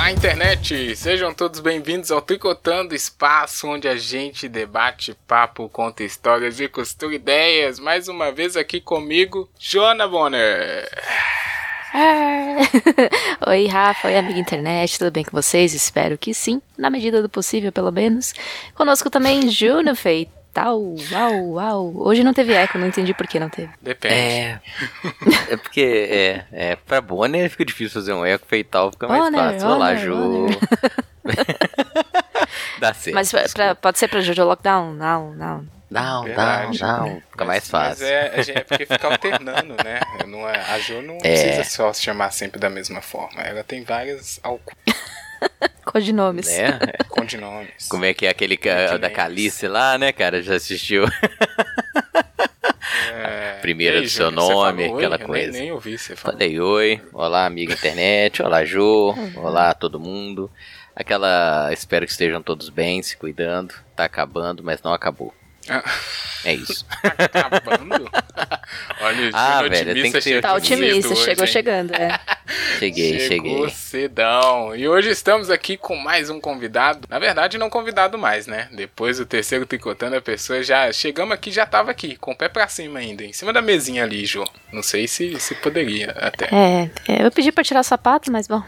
Olá, internet! Sejam todos bem-vindos ao Tricotando, espaço onde a gente debate papo, conta histórias e costura ideias. Mais uma vez aqui comigo, Joana Bonner. Oi, Rafa, oi, amiga internet, tudo bem com vocês? Espero que sim, na medida do possível, pelo menos. Conosco também, Juno Feital. Uau. Hoje não teve eco, não entendi por que não teve. Depende. É porque, pra Bonner fica difícil fazer um eco, Feital fica mais fácil. Olá, Ju. Dá certo. Mas pode ser pra Jojo Lockdown? Não. Fica mais fácil. Mas é porque fica alternando, né? A Jo não precisa só se chamar sempre da mesma forma. Ela tem várias Codinomes. Codinomes. Como é que é aquele da Calice lá, né, cara? Já assistiu? Primeira do seu nome, aquela coisa. Nem ouvi você falar. Falei oi, olá amiga internet, olá Jô, olá todo mundo. Espero que estejam todos bem, se cuidando. Tá acabando, mas não acabou. É isso. Acabando? Olha, velho, tem que ser tá otimista, hoje, chegou hein? chegando, Cheguei. Chegou cedão. E hoje estamos aqui com mais um convidado. Na verdade, não convidado mais, né? Depois do terceiro Tricotando, a pessoa já... Chegamos aqui, já tava aqui, com o pé pra cima ainda, em cima da mesinha ali, Jô. Não sei se poderia até. Eu pedi pra tirar o sapato, mas bom.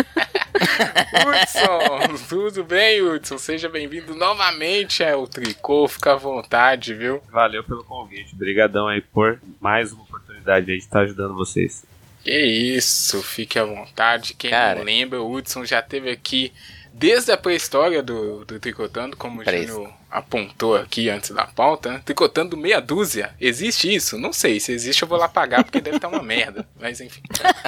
Hudson, tudo bem, Hudson? Seja bem-vindo novamente ao Tricô, fica à vontade, viu? Valeu pelo convite, brigadão aí por mais uma oportunidade aí de estar ajudando vocês. Que isso, fique à vontade. Quem Cara, não lembra, o Hudson já esteve aqui desde a pré-história do Tricotando, como o Júnior apontou aqui antes da pauta, né? Tricotando meia dúzia. Existe isso? Não sei. Se existe, eu vou lá pagar, porque deve estar uma merda. Mas enfim.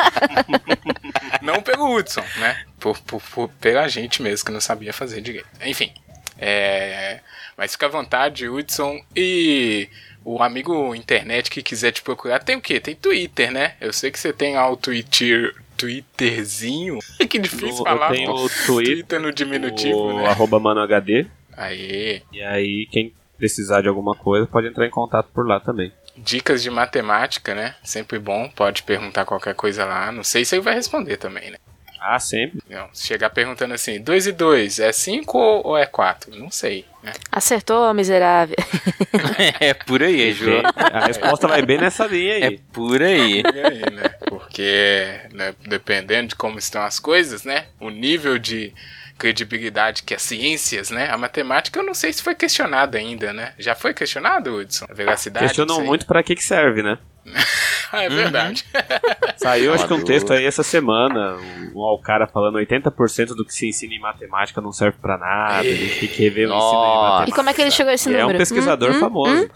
Não pelo Hudson, né? Pela gente mesmo, que não sabia fazer direito. Enfim. Mas fica à vontade, Hudson. E o amigo internet que quiser te procurar, tem o quê? Tem Twitter, né? Eu sei que você tem lá o Twitterzinho. Que difícil falar. Eu tenho o Twitter no diminutivo, né? @manohd. Aí. E aí, quem precisar de alguma coisa, pode entrar em contato por lá também. Dicas de matemática, né? Sempre bom. Pode perguntar qualquer coisa lá. Não sei se ele vai responder também, né? Ah, sempre. Não, se chegar perguntando assim, 2 e 2, é 5 ou é 4? Não sei, né? Acertou, miserável. É por aí, Ju. A resposta vai bem nessa linha aí. É por aí. Né? Porque, né, dependendo de como estão as coisas, né? O nível de credibilidade que as ciências, né? A matemática eu não sei se foi questionada ainda, né? Já foi questionado, Hudson? A veracidade? Questionam muito pra que serve, né? É verdade. Saiu acho que um texto aí essa semana, o cara falando 80% do que se ensina em matemática não serve pra nada, a gente tem que rever o ensino em matemática. E como é que ele chegou a esse número? É um pesquisador famoso.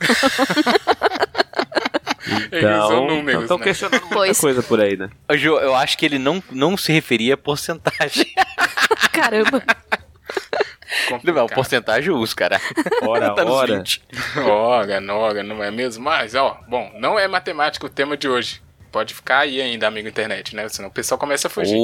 Então, estão questionando muita coisa por aí, né? Ju, eu acho que ele não se referia a porcentagem. Caramba. Não, porcentagem usa, cara. Ora. Ora, não é mesmo? Mas, bom, não é matemática o tema de hoje. Pode ficar aí ainda, amigo internet, né? Senão o pessoal começa a fugir.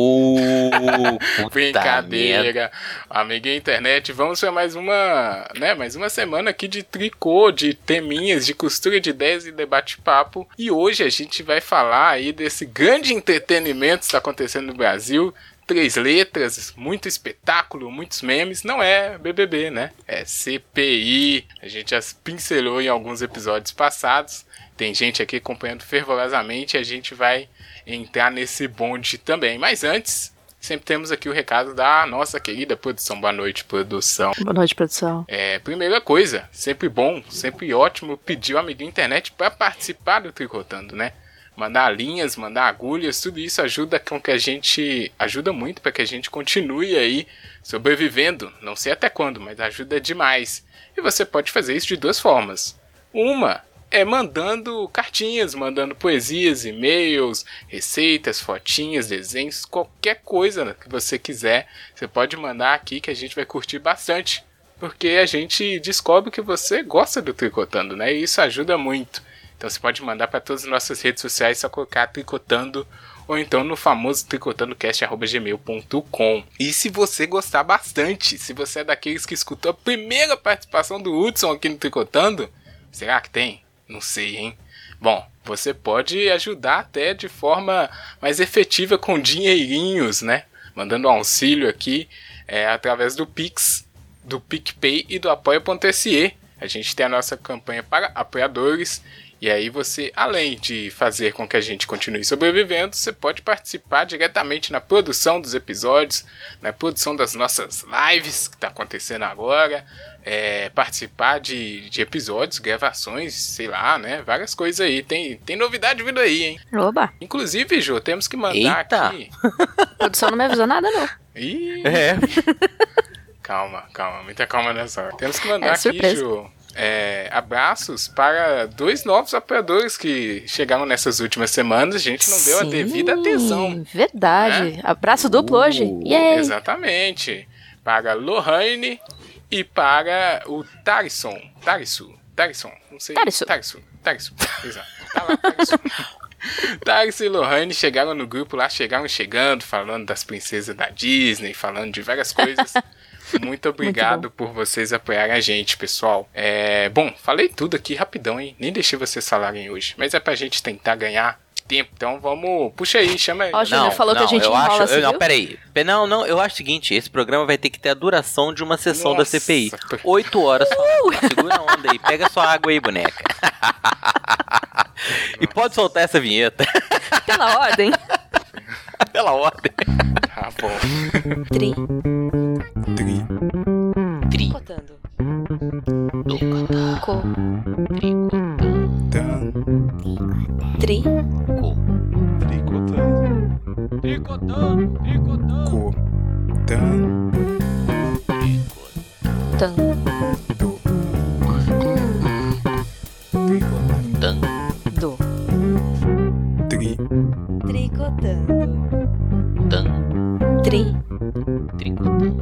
Brincadeira. Amigo internet, vamos para mais uma semana aqui de tricô, de teminhas, de costura de ideias e debate-papo. E hoje a gente vai falar aí desse grande entretenimento que está acontecendo no Brasil. 3 letras, muito espetáculo, muitos memes. Não é BBB, né? É CPI. A gente já pincelou em alguns episódios passados. Tem gente aqui acompanhando fervorosamente. A gente vai entrar nesse bonde também. Mas antes, sempre temos aqui o recado da nossa querida produção. Boa noite, produção. Boa noite, produção. Primeira coisa, sempre bom, sempre ótimo pedir o amiguinho internet para participar do Tricotando, né? Mandar linhas, mandar agulhas, tudo isso ajuda muito para que a gente continue aí sobrevivendo. Não sei até quando, mas ajuda demais. E você pode fazer isso de 2 formas. Uma é mandando cartinhas, mandando poesias, e-mails, receitas, fotinhas, desenhos, qualquer coisa que você quiser. Você pode mandar aqui que a gente vai curtir bastante. Porque a gente descobre que você gosta do Tricotando, né? E isso ajuda muito. Então você pode mandar para todas as nossas redes sociais, só colocar Tricotando, ou então no famoso tricotandocast@gmail.com. E se você gostar bastante, se você é daqueles que escutou a primeira participação do Hudson aqui no Tricotando, será que tem? Não sei, hein? Bom, você pode ajudar até de forma mais efetiva com dinheirinhos, né? mandando auxílio aqui através do Pix, do PicPay e do Apoia.se. A gente tem a nossa campanha para apoiadores. E aí você, além de fazer com que a gente continue sobrevivendo, você pode participar diretamente na produção dos episódios, na produção das nossas lives que está acontecendo agora, participar de episódios, gravações, sei lá, né? Várias coisas aí. Tem novidade vindo aí, hein? Oba! Inclusive, Jô, temos que mandar aqui... A produção não me avisou nada, não. Ih! Calma, muita calma nessa hora. Temos que mandar aqui, Jô... abraços para 2 novos apoiadores que chegaram nessas últimas semanas. A gente não deu a devida atenção. Verdade. Né? Abraço duplo hoje. Yay! Exatamente. Para Lohane e para o Tarisson, não sei. Tarisson. Exato. Tá lá, Tarisson. Tarisson e Lohane chegaram no grupo lá, chegando, falando das princesas da Disney, falando de várias coisas. Muito obrigado por vocês apoiarem a gente, pessoal. Bom, falei tudo aqui rapidão, hein? Nem deixei vocês falarem hoje. Mas é pra gente tentar ganhar tempo. Então vamos... Puxa aí, chama aí. Ó, o Júnior falou que a gente enrola, você viu? Não, peraí. Não, eu acho o seguinte. Esse programa vai ter que ter a duração de uma sessão da CPI. 8 horas só. Segura a onda aí. Pega sua água aí, boneca. E pode soltar essa vinheta. Pela ordem. Pela ordem. Tá bom. Tri. Tricotando. Co. Tri. Co. Tricotando. Co. Tan. Do. Tricotando. Tri. Tricotando.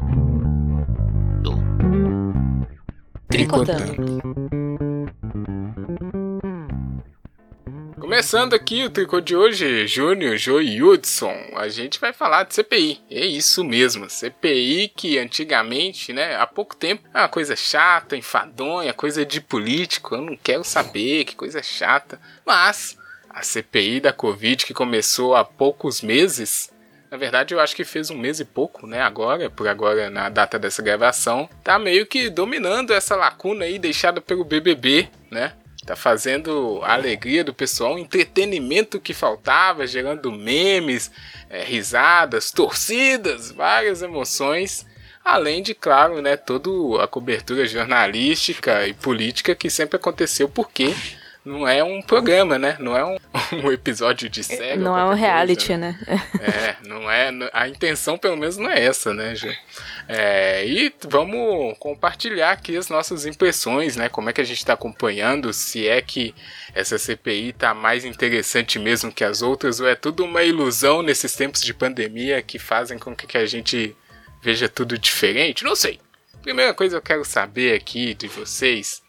Tricotando. Começando aqui o tricô de hoje, Júnior, Jô e Hudson, a gente vai falar de CPI. É isso mesmo, CPI que antigamente, né, há pouco tempo, é uma coisa chata, enfadonha, coisa de político, eu não quero saber, que coisa chata. Mas a CPI da Covid que começou há poucos meses... Na verdade, eu acho que fez 1 mês e pouco, né? Por agora, na data dessa gravação, tá meio que dominando essa lacuna aí deixada pelo BBB, né? Tá fazendo a alegria do pessoal, um entretenimento que faltava, gerando memes, risadas, torcidas, várias emoções. Além de, claro, né, toda a cobertura jornalística e política que sempre aconteceu, porque... Não é um programa, né? Não é um episódio de série. Não é um reality, coisa, né? Não é. A intenção, pelo menos, não é essa, né, Ju? E vamos compartilhar aqui as nossas impressões, né? Como é que a gente está acompanhando, se é que essa CPI tá mais interessante mesmo que as outras, ou é tudo uma ilusão nesses tempos de pandemia que fazem com que a gente veja tudo diferente? Não sei. Primeira coisa que eu quero saber aqui de vocês...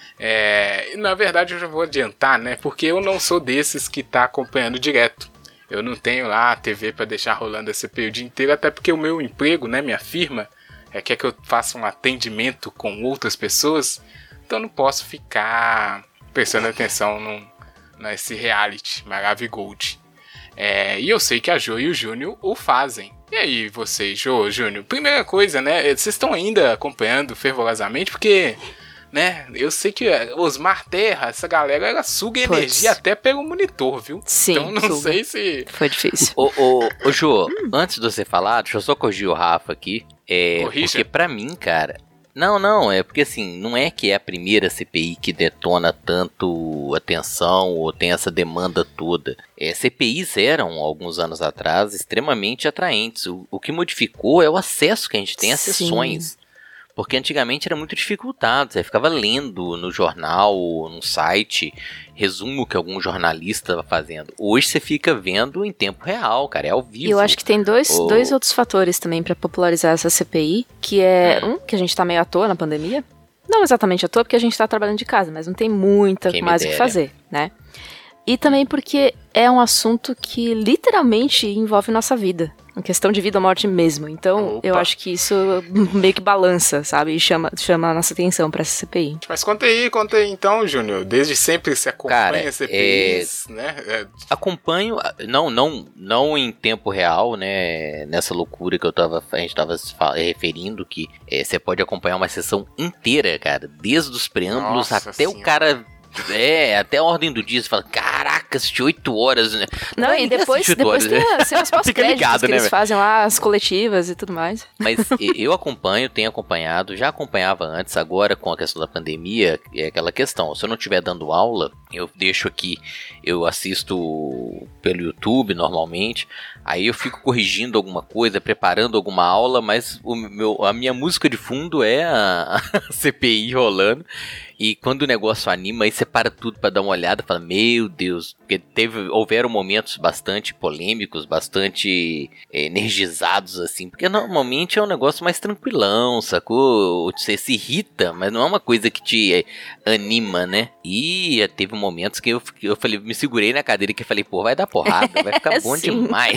na verdade eu já vou adiantar, né? Porque eu não sou desses que tá acompanhando direto. Eu não tenho lá a TV para deixar rolando esse CPI o dia inteiro, até porque o meu emprego, né, minha firma, quer que eu faça um atendimento com outras pessoas, então eu não posso ficar prestando atenção nesse reality Maravigold. E eu sei que a Jo e o Júnior o fazem. E aí vocês, Jo, Júnior, primeira coisa, né? Vocês estão ainda acompanhando fervorosamente, porque... Né? Eu sei que Osmar Terra, essa galera, ela suga energia até pelo monitor, viu? Sim, então não sei se... Foi difícil. Ô Jô, antes de você falar, deixa eu só corrigir o Rafa aqui. Corrija? Porque pra mim, cara... Não, é porque assim, não é que é a primeira CPI que detona tanto atenção ou tem essa demanda toda. CPIs eram, alguns anos atrás, extremamente atraentes. O que modificou é o acesso que a gente tem às sessões. Porque antigamente era muito dificultado, você ficava lendo no jornal, no site, resumo que algum jornalista estava fazendo. Hoje você fica vendo em tempo real, cara, é ao vivo. E eu acho que tem dois outros fatores também para popularizar essa CPI, que é, que a gente tá meio à toa na pandemia. Não exatamente à toa, porque a gente tá trabalhando de casa, mas não tem muita mais o que fazer, né? E também porque é um assunto que literalmente envolve nossa vida. Uma questão de vida ou morte mesmo. Então, eu acho que isso meio que balança, sabe? E chama a nossa atenção pra essa CPI. Mas conta aí então, Júnior. Desde sempre você acompanha CPIs, né? Acompanho, não em tempo real, né? Nessa loucura que a gente tava referindo, que você pode acompanhar uma sessão inteira, cara. Desde os preâmbulos até o cara... até a ordem do dia, você fala, caraca, assisti 8 horas, né? Não, e depois tem as pós-créditos que eles fazem lá, as coletivas e tudo mais. Mas eu tenho acompanhado, já acompanhava antes, agora com a questão da pandemia, é aquela questão, se eu não estiver dando aula, eu deixo aqui, eu assisto pelo YouTube normalmente, aí eu fico corrigindo alguma coisa, preparando alguma aula, mas a minha música de fundo é a CPI rolando. E quando o negócio anima, aí você para tudo pra dar uma olhada e fala, meu Deus, porque houveram momentos bastante polêmicos, bastante energizados, assim, porque normalmente é um negócio mais tranquilão, sacou? Você se irrita, mas não é uma coisa que te anima, né? E teve momentos que eu falei, me segurei na cadeira e falei, pô, vai dar porrada, vai ficar bom demais.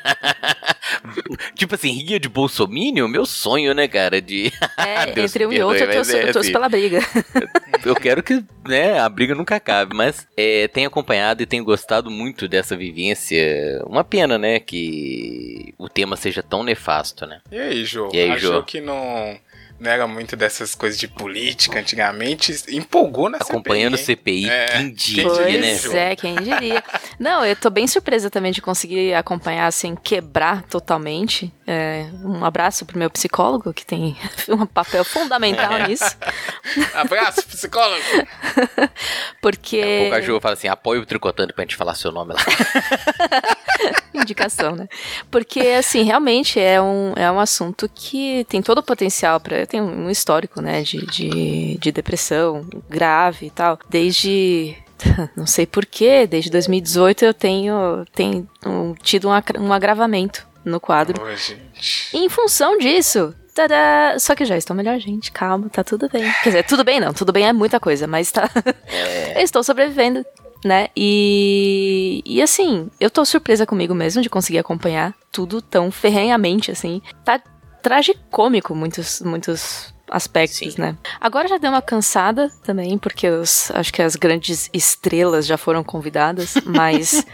Tipo assim, ria de bolsominion, meu sonho, né, cara? Entre um e outro, eu torço pela briga. Eu quero que, né, a briga nunca acabe, mas tenho acompanhado e tenho gostado muito dessa vivência. Uma pena, né, que o tema seja tão nefasto, né? E aí, Jô? Achou que não era muito dessas coisas de política antigamente, empolgou na acompanhando CPI. Quem diria, né? Pois quem diria. Não, eu tô bem surpresa também de conseguir acompanhar sem quebrar totalmente. Um abraço pro meu psicólogo, que tem um papel fundamental nisso. Abraço, psicólogo! Porque... Daqui a pouco a Jo fala assim, apoia o Tricotando pra gente falar seu nome lá. Indicação, né? Porque, assim, realmente é um assunto que tem todo o potencial tem um histórico, né, de depressão grave e tal. Desde... Não sei porquê, desde 2018 eu tenho tido um agravamento no quadro. Oi, gente. E em função disso... Tadá! Só que já estou melhor, gente. Calma, tá tudo bem. Quer dizer, tudo bem não. Tudo bem é muita coisa, mas tá... Eu estou sobrevivendo, né? E assim, eu tô surpresa comigo mesmo de conseguir acompanhar tudo tão ferrenhamente, assim. Tá tragicômico muitos aspectos, né? Agora já deu uma cansada também, porque acho que as grandes estrelas já foram convidadas, mas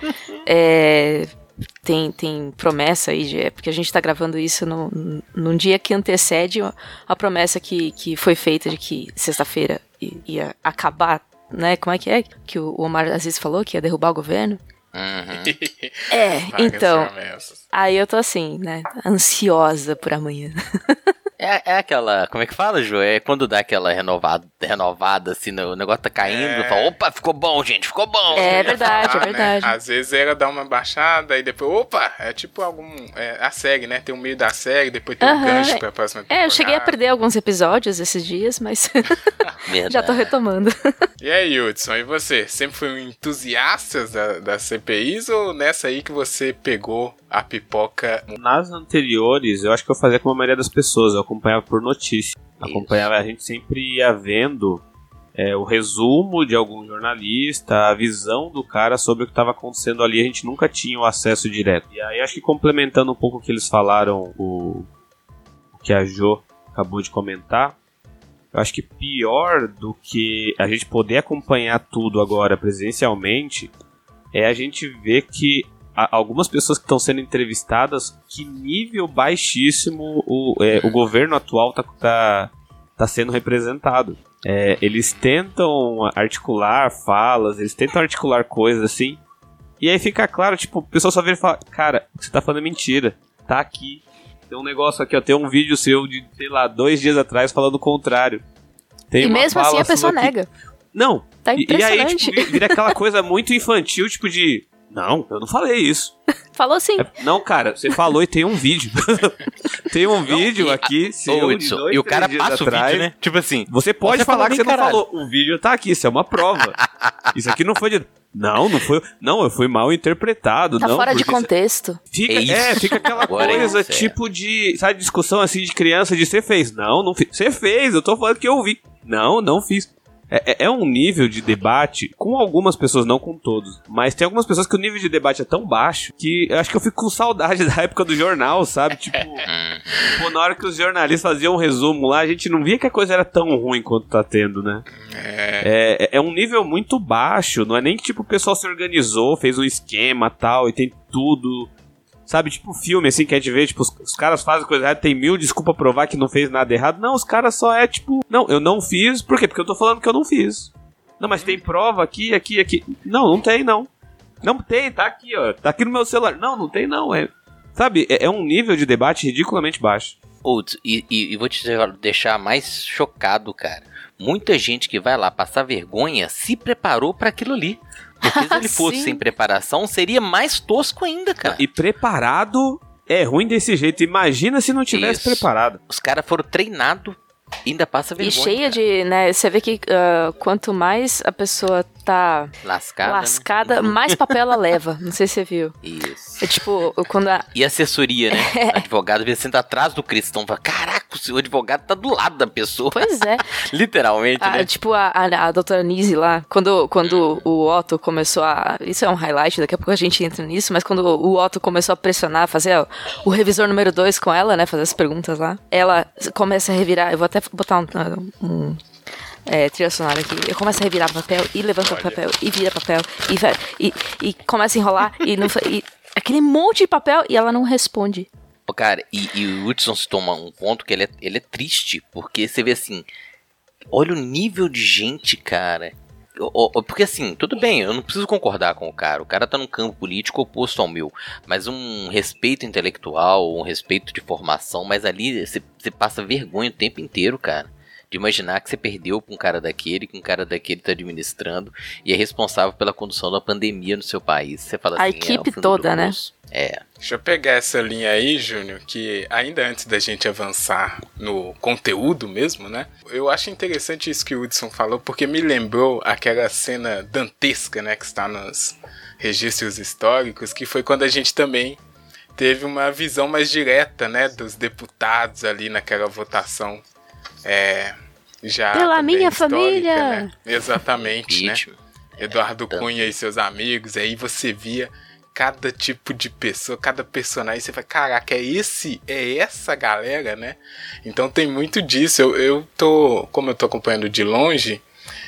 tem promessa aí, porque a gente tá gravando isso num dia que antecede a promessa que foi feita de que sexta-feira ia acabar, né? Como é? Que o Omar Aziz falou que ia derrubar o governo. Uhum. Então, aí eu tô assim, né, ansiosa por amanhã. É aquela, como é que fala, Jô? É quando dá aquela renovada assim, o negócio tá caindo, fala, opa, ficou bom, gente, ficou bom. É verdade, é verdade. Né? Às vezes ela dá uma baixada e depois, opa, é tipo a série, né? Tem o meio da série, depois tem um gancho pra próxima temporada. Eu cheguei a perder alguns episódios esses dias, mas já tô retomando. E aí, Hudson, e você? Sempre foi um entusiasta das CPIs ou nessa aí que você pegou a pipoca? Nas anteriores, eu acho que eu fazia como a maioria das pessoas, eu acompanhava por notícia. Acompanhava, a gente sempre ia vendo o resumo de algum jornalista, a visão do cara sobre o que estava acontecendo ali, a gente nunca tinha o acesso direto. E aí acho que complementando um pouco o que eles falaram, o que a Jo acabou de comentar, eu acho que pior do que a gente poder acompanhar tudo agora presencialmente é a gente ver que algumas pessoas que estão sendo entrevistadas, que nível baixíssimo o governo atual tá sendo representado. Eles tentam articular falas, eles tentam articular coisas assim, e aí fica claro, tipo, o pessoal só vira e fala, cara, você tá falando mentira, tá aqui. Tem um negócio aqui, ó, tem um vídeo seu de, sei lá, 2 dias atrás falando o contrário. Tem e mesmo assim a pessoa nega. Não, tá impressionante. E aí, tipo, vira aquela coisa muito infantil, tipo de... Não, eu não falei isso. Falou sim. Não, cara, você falou e tem um vídeo. Tem um vídeo aqui, seu, de 2, e o cara passa atrás. O vídeo, né? Tipo assim... Você pode falar que você não falou. O vídeo tá aqui, isso é uma prova. Isso aqui não foi de... Não foi... Não, eu fui mal interpretado. Tá não, fora de contexto. Fica aquela coisa, tipo de... Sabe, discussão assim de criança, de você fez. Não fiz. Você fez, eu tô falando que eu vi. Não fiz. É um nível de debate com algumas pessoas, não com todos. Mas tem algumas pessoas que o nível de debate é tão baixo que eu acho que eu fico com saudade da época do jornal, sabe? Tipo, pô, na hora que os jornalistas faziam um resumo lá, a gente não via que a coisa era tão ruim quanto tá tendo, né? É um nível muito baixo. Não é nem que tipo, o pessoal se organizou, fez um esquema tal, e tem tudo. Sabe, tipo filme, assim, que a gente vê, tipo, os caras fazem coisa errada, tem 1000 desculpa provar que não fez nada errado. Não, os caras só é, tipo, não, eu não fiz, por quê? Porque eu tô falando que eu não fiz. Não, mas tem prova aqui. Não tem, não. Não tem, tá aqui, ó, tá aqui no meu celular. Não tem, não, sabe, é um nível de debate ridiculamente baixo. E vou te deixar mais chocado, cara. Muita gente que vai lá passar vergonha se preparou pra aquilo ali. Porque se ele fosse sem preparação, seria mais tosco ainda, cara. E preparado é ruim desse jeito. Imagina se não tivesse preparado. Os caras foram treinados e ainda passa vergonha. E cheia de, né, você vê que quanto mais a pessoa tá lascada, né? Mais papel ela leva. Não sei se você viu. Isso. É tipo, quando E assessoria, né? Advogado vê senta atrás do cristão. Fala, caraca, o seu advogado tá do lado da pessoa. Pois é. Literalmente, né? Tipo a doutora Nise lá, quando o Otto começou a... Isso é um highlight, daqui a pouco a gente entra nisso, mas quando o Otto começou a pressionar, fazer o revisor número 2 com ela, né, fazer as perguntas lá, ela começa a revirar, eu vou até botar um trilha sonora aqui. Eu começo a revirar papel e levanta o papel e vira papel e começa a enrolar e aquele monte de papel e ela não responde. Cara, e o Hudson se toma um ponto que ele é triste, porque você vê assim, olha o nível de gente, cara. Porque assim, tudo bem, eu não preciso concordar com o cara tá num campo político oposto ao meu, mas um respeito intelectual, um respeito de formação, mas ali você passa vergonha o tempo inteiro, cara. De imaginar que você perdeu com um cara daquele, que um cara daquele tá administrando e é responsável pela condução da pandemia no seu país. Você fala assim, a equipe toda, né? Deixa eu pegar essa linha aí, Júnior, que ainda antes da gente avançar no conteúdo mesmo, né? Eu acho interessante isso que o Hudson falou, porque me lembrou aquela cena dantesca, né? Que está nos registros históricos, que foi quando a gente também teve uma visão mais direta, né? Dos deputados ali naquela votação. Já pela minha família, né? Exatamente, né? Eduardo Cunha e seus amigos, aí você via cada tipo de pessoa, cada personagem, você fala, caraca, é essa galera, né? Então tem muito disso. Como eu tô acompanhando de longe,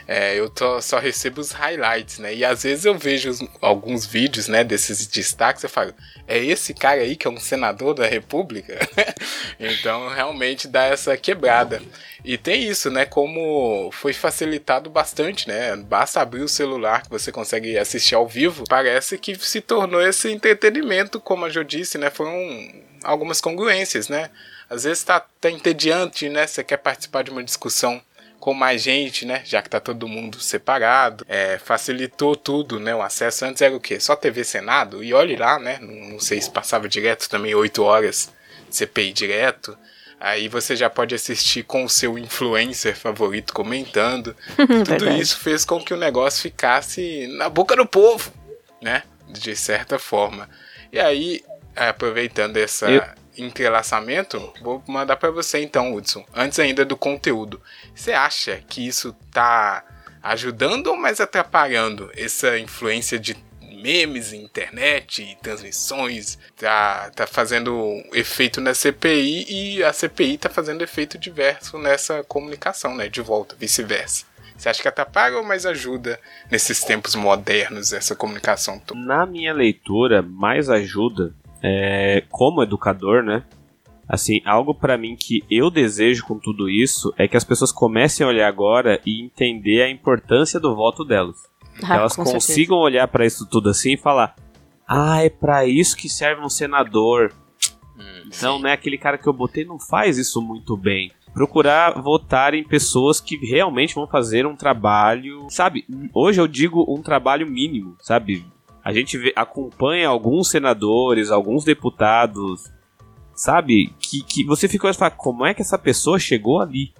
só recebo os highlights, né? E às vezes eu vejo alguns vídeos, né, desses destaques, eu falo, é esse cara aí que é um senador da República? Então realmente dá essa quebrada. E tem isso, né, como foi facilitado bastante, né? Basta abrir o celular que você consegue assistir ao vivo. Parece que se tornou esse entretenimento, como a Jo disse, né? Foram algumas congruências, né? Às vezes tá entediante, né? Você quer participar de uma discussão com mais gente, né? Já que tá todo mundo separado. Facilitou tudo, né? O acesso antes era o quê? Só TV Senado? E olhe lá, né? Não sei se passava direto também 8 horas CPI direto. Aí você já pode assistir com o seu influencer favorito comentando. Tudo isso fez com que o negócio ficasse na boca do povo, né? De certa forma. E aí, aproveitando esse entrelaçamento, vou mandar para você então, Hudson. Antes ainda do conteúdo. Você acha que isso tá ajudando ou mais atrapalhando essa influência de memes, internet e transmissões? Tá fazendo efeito na CPI e a CPI tá fazendo efeito diverso nessa comunicação, né? De volta, vice-versa. Você acha que atrapalha ou mais ajuda nesses tempos modernos essa comunicação toda? Na minha leitura, mais ajuda, como educador, né? Assim, algo pra mim que eu desejo com tudo isso é que as pessoas comecem a olhar agora e entender a importância do voto delas. Que elas consigam olhar pra isso tudo assim e falar: é pra isso que serve um senador. Então, né, aquele cara que eu botei não faz isso muito bem. Procurar votar em pessoas que realmente vão fazer um trabalho, sabe? Hoje eu digo um trabalho mínimo, sabe? A gente acompanha alguns senadores, alguns deputados, sabe? Que você fica olhando e fala, como é que essa pessoa chegou ali?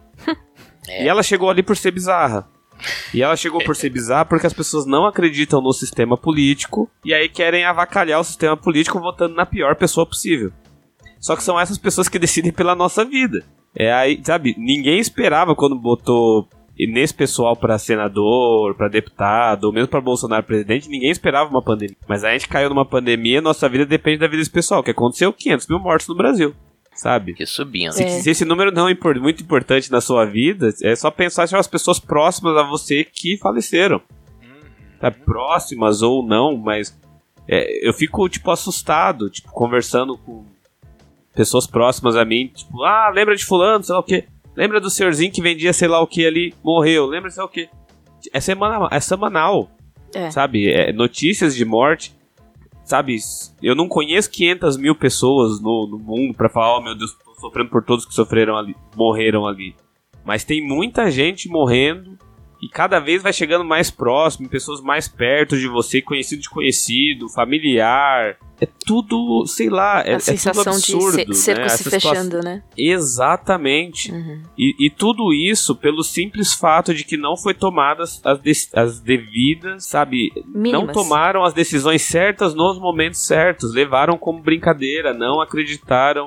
E ela chegou ali por ser bizarra. E ela chegou por ser bizarra porque as pessoas não acreditam no sistema político e aí querem avacalhar o sistema político votando na pior pessoa possível. Só que são essas pessoas que decidem pela nossa vida. Aí, sabe, ninguém esperava quando botou E nesse pessoal pra senador, pra deputado, ou mesmo pra Bolsonaro presidente, ninguém esperava uma pandemia. Mas a gente caiu numa pandemia, nossa vida depende da vida desse pessoal, que aconteceu 500 mil mortes no Brasil, sabe? Que subindo. Se esse número não é muito importante na sua vida, é só pensar se as pessoas próximas a você que faleceram. Tá? Próximas ou não, mas eu fico, tipo, assustado, tipo, conversando com pessoas próximas a mim, tipo, lembra de fulano, sei lá o quê. Lembra do senhorzinho que vendia sei lá o que ali, morreu, lembra sei lá o que. É semanal, sabe? Notícias de morte, sabe? Eu não conheço 500 mil pessoas no mundo pra falar, meu Deus, tô sofrendo por todos que sofreram ali, morreram ali. Mas tem muita gente morrendo e cada vez vai chegando mais próximo, pessoas mais perto de você, conhecido de conhecido, familiar. É tudo, sei lá, a sensação tudo absurdo, de cerco se fechando, né? Exatamente. E tudo isso pelo simples fato de que não foi tomadas as devidas, sabe? Mínimas. Não tomaram as decisões certas nos momentos certos, levaram como brincadeira, não acreditaram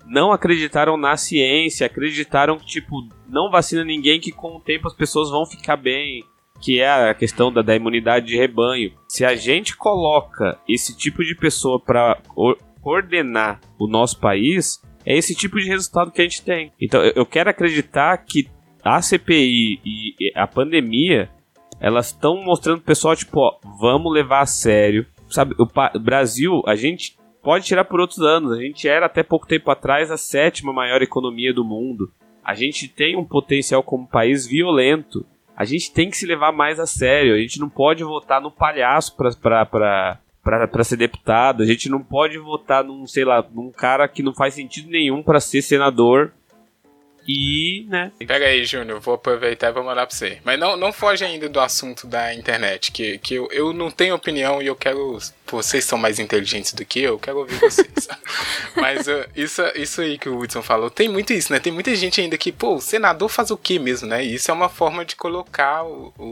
na ciência, acreditaram que, tipo, não vacina ninguém, que com o tempo as pessoas vão ficar bem, que é a questão da imunidade de rebanho. Se a gente coloca esse tipo de pessoa para coordenar o nosso país, é esse tipo de resultado que a gente tem. Então eu quero acreditar que a CPI e a pandemia, elas estão mostrando pro pessoal, tipo, vamos levar a sério. Sabe, o Brasil, a gente pode tirar por outros anos, a gente era até pouco tempo atrás a 7ª maior economia do mundo. A gente tem um potencial como país violento. A gente tem que se levar mais a sério. A gente não pode votar no palhaço pra ser deputado. A gente não pode votar num cara que não faz sentido nenhum pra ser senador. E, né? Pega aí, Júnior, vou aproveitar e vou mandar pra você. Mas não foge ainda do assunto da internet, que eu não tenho opinião e eu quero... Vocês são mais inteligentes do que eu quero ouvir vocês. Mas isso aí que o Hudson falou, tem muito isso, né? Tem muita gente ainda que, o senador faz o quê mesmo, né? E isso é uma forma de colocar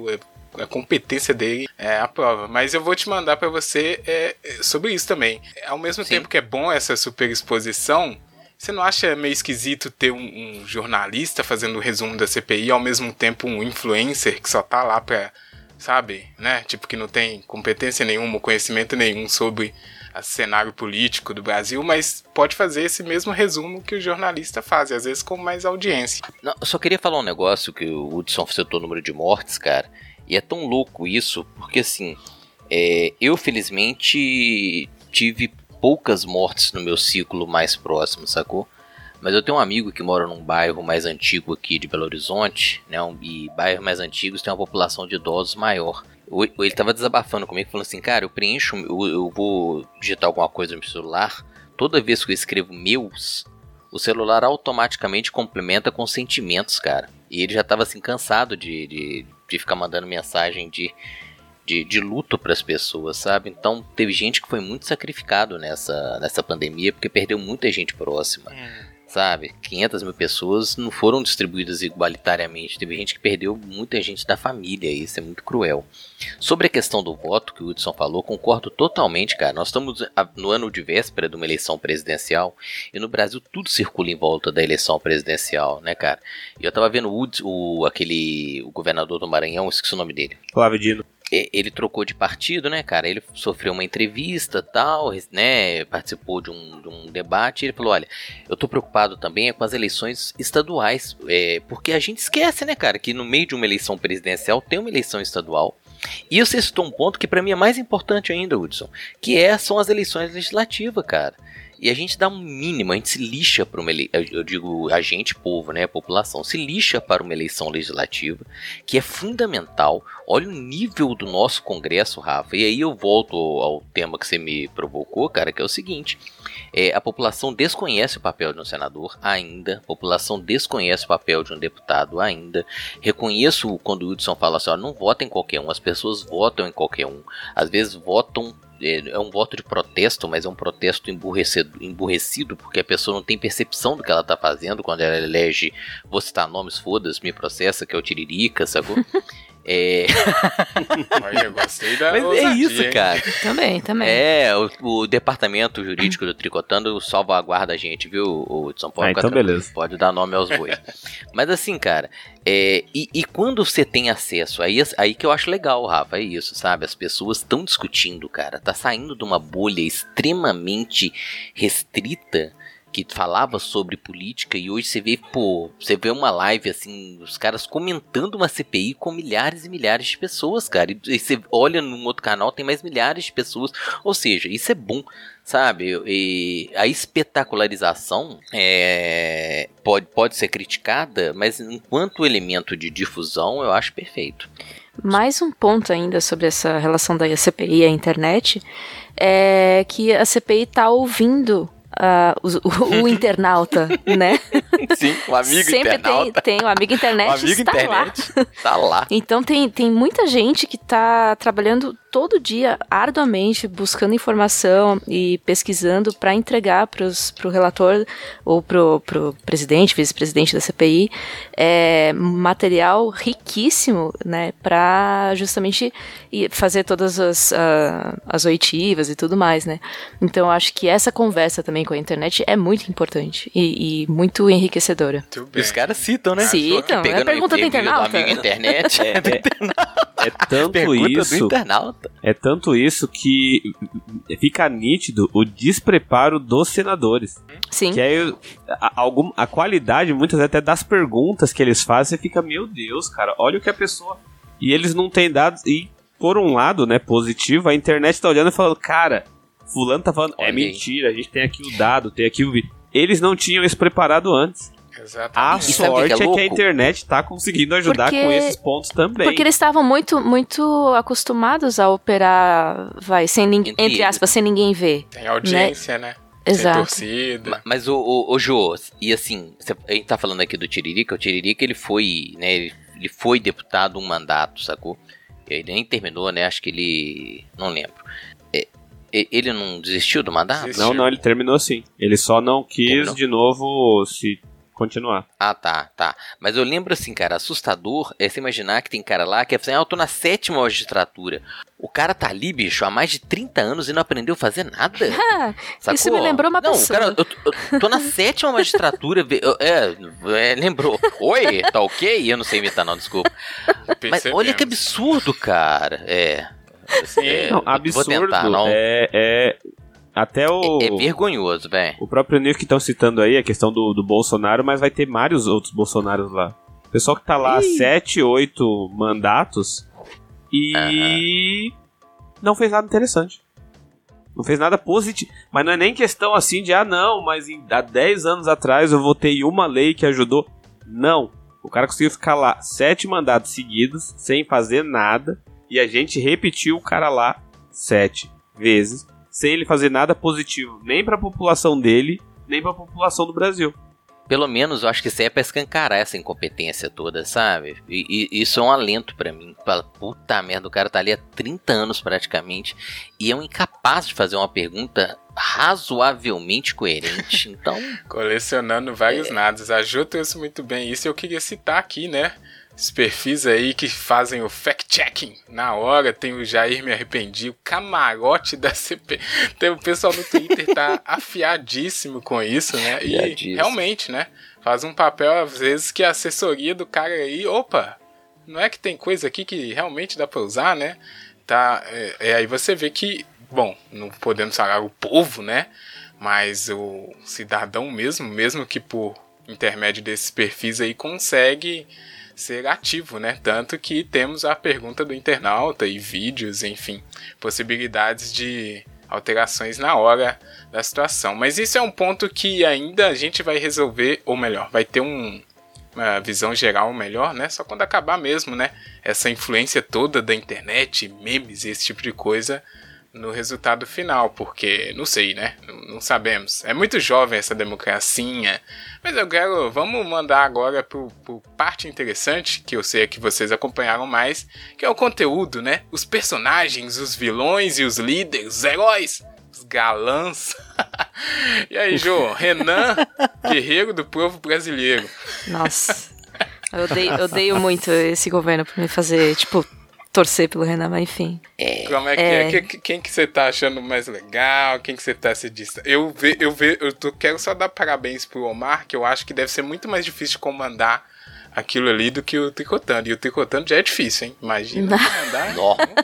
a competência dele à prova. Mas eu vou te mandar pra você sobre isso também. Ao mesmo tempo que é bom essa superexposição, você não acha meio esquisito ter um jornalista fazendo o resumo da CPI e ao mesmo tempo um influencer que só tá lá pra, sabe, né? Tipo, que não tem competência nenhuma, conhecimento nenhum sobre o cenário político do Brasil, mas pode fazer esse mesmo resumo que o jornalista faz, e às vezes com mais audiência. Não, eu só queria falar um negócio que o Hudson citou o número de mortes, cara, e é tão louco isso, porque assim, eu felizmente tive poucas mortes no meu ciclo mais próximo, sacou? Mas eu tenho um amigo que mora num bairro mais antigo aqui de Belo Horizonte, né? E bairros mais antigos têm uma população de idosos maior. Ele tava desabafando comigo, falando assim, cara, eu vou digitar alguma coisa no meu celular, toda vez que eu escrevo meus, o celular automaticamente complementa com sentimentos, cara. E ele já tava assim, cansado de ficar mandando mensagem de luto para as pessoas, sabe? Então teve gente que foi muito sacrificado nessa pandemia porque perdeu muita gente próxima, sabe? 500 mil pessoas não foram distribuídas igualitariamente, teve gente que perdeu muita gente da família, e isso é muito cruel. Sobre a questão do voto que o Hudson falou, concordo totalmente, cara. Nós estamos no ano de véspera de uma eleição presidencial e no Brasil tudo circula em volta da eleição presidencial, né, cara? E eu tava vendo o governador do Maranhão, esqueci o nome dele. Flávio Dino. Ele trocou de partido, né, cara? Ele sofreu uma entrevista, tal, né? Participou de um debate. E ele falou: olha, eu tô preocupado também com as eleições estaduais, porque a gente esquece, né, cara, que no meio de uma eleição presidencial tem uma eleição estadual. E você citou um ponto que pra mim é mais importante ainda, Hudson, que são as eleições legislativas, cara. E a gente dá um mínimo, a gente se lixa para uma eleição, eu digo a gente, povo, né, a população, se lixa para uma eleição legislativa, que é fundamental. Olha o nível do nosso Congresso, Rafa, e aí eu volto ao tema que você me provocou, cara, que é o seguinte, a população desconhece o papel de um senador ainda, a população desconhece o papel de um deputado ainda. Reconheço quando o Hudson fala assim, ó, não vota em qualquer um, as pessoas votam em qualquer um, às vezes votam, é um voto de protesto, mas é um protesto emburrecido, porque a pessoa não tem percepção do que ela tá fazendo quando ela elege, vou citar nomes, foda-se, me processa, que é o Tiririca, sacou? Olha, eu gostei da Mas ousadia, é isso, hein? cara. Também. O departamento jurídico do Tricotando salvaguarda a gente, viu, Hudson? Pode então beleza. Pode dar nome aos bois. Mas assim, cara, e quando você tem acesso, aí que eu acho legal, Rafa, é isso, sabe? As pessoas estão discutindo, cara, tá saindo de uma bolha extremamente restrita que falava sobre política, e hoje você vê uma live assim, os caras comentando uma CPI com milhares e milhares de pessoas, cara, e você olha num outro canal, tem mais milhares de pessoas, ou seja, isso é bom, sabe? E a espetacularização pode ser criticada, mas enquanto elemento de difusão, eu acho perfeito. Mais um ponto ainda sobre essa relação da CPI e a internet é que a CPI tá ouvindo o internauta, né? Sim, o amigo Sempre internauta. tem o amigo internet, O amigo está internet lá. tá lá. Então tem muita gente que tá trabalhando todo dia arduamente, buscando informação e pesquisando para entregar pro relator ou pro presidente, vice-presidente da CPI, material riquíssimo, né, para justamente fazer todas as oitivas e tudo mais, né. Então eu acho que essa conversa também com a internet é muito importante e muito enriquecedora. E os caras citam, né? Citam, é a pergunta do internauta. Do amigo internet. É tanto Pergunta isso. do internauta. É tanto isso que fica nítido o despreparo dos senadores. Sim. Que aí a qualidade, muitas vezes, até das perguntas que eles fazem, você fica, meu Deus, cara, olha o que a pessoa... E eles não têm dados. E, por um lado, né, positivo, a internet tá olhando e falando, cara, fulano tá falando, é mentira, a gente tem aqui o dado, tem aqui o vídeo. Eles não tinham isso preparado antes. Exatamente. A E sabe o sorte que é é que a louco? internet tá conseguindo ajudar Porque- com esses pontos também. Porque eles estavam muito acostumados a operar, sem ninguém, Entre entre aspas, sem ninguém ver. Tem audiência, né? Exato. Tem torcida. Mas o Jô, e assim, a gente tá falando aqui do Tiririca, o Tiririca ele foi, né, ele foi deputado um mandato, sacou? Ele nem terminou, né, acho que ele, não lembro. Ele não desistiu do mandato? Desistiu. Não, ele terminou sim. Ele só não quis Terminou? de novo se continuar. Ah, tá. Mas eu lembro assim, cara, assustador é você imaginar que tem cara lá que é assim, eu tô na 7ª magistratura. O cara tá ali, bicho, há mais de 30 anos e não aprendeu a fazer nada. Ah, Sacou? isso me lembrou uma não, pessoa. Cara, eu tô na 7ª magistratura. Lembrou. Oi, tá ok? Eu não sei imitar, não, desculpa. Mas Percebemos. olha que absurdo, cara. Sim. Não, Vou absurdo. tentar, não. Até É vergonhoso, velho. o próprio Nil que estão citando aí, a questão do Bolsonaro, mas vai ter vários outros Bolsonaros lá. O pessoal que tá lá há 7, 8 mandatos e não fez nada interessante. Não fez nada positivo. Mas não é nem questão assim de, mas há 10 anos atrás eu votei uma lei que ajudou. Não. O cara conseguiu ficar lá 7 mandatos seguidos, sem fazer nada, e a gente repetiu o cara lá 7 vezes, sem ele fazer nada positivo, nem pra população dele, nem pra população do Brasil. Pelo menos eu acho que isso aí é pra escancarar essa incompetência toda, sabe? E isso é um alento pra mim. Fala, puta merda, o cara tá ali há 30 anos praticamente e é um incapaz de fazer uma pergunta razoavelmente coerente. Então, Colecionando vários nados. A Jo trouxe muito bem isso. Eu queria citar aqui, né? Esses perfis aí que fazem o fact-checking na hora. Tem o Jair Me Arrependi, o camarote da CP. Tem o pessoal no Twitter tá afiadíssimo com isso, né? E Afiadíssimo. realmente, né? Faz um papel, às vezes, que a assessoria do cara aí... Opa, não é que tem coisa aqui que realmente dá pra usar, né? Tá, aí você vê que... Bom, não podemos falar o povo, né? Mas o cidadão mesmo que por intermédio desses perfis aí consegue ser ativo, né? Tanto que temos a pergunta do internauta e vídeos, enfim, possibilidades de alterações na hora da situação. Mas isso é um ponto que ainda a gente vai resolver, ou melhor, vai ter uma visão geral melhor, né? Só quando acabar mesmo, né? Essa influência toda da internet, memes e esse tipo de coisa no resultado final, porque não sei, né? Não sabemos. É muito jovem essa democracia, mas vamos mandar agora pro parte interessante, que eu sei que vocês acompanharam mais, que é o conteúdo, né? Os personagens, os vilões e os líderes, os heróis, os galãs. E aí, Jô, Renan, guerreiro do povo brasileiro. Nossa. Eu odeio muito esse governo por me fazer, tipo, torcer pelo Renan, mas enfim. Como é que é? Quem que você tá achando mais legal? Quem que você tá se distanciando? Quero só dar parabéns pro Omar, que eu acho que deve ser muito mais difícil de comandar aquilo ali do que o Tricotando. E o Tricotando já é difícil, hein? Imagina comandar.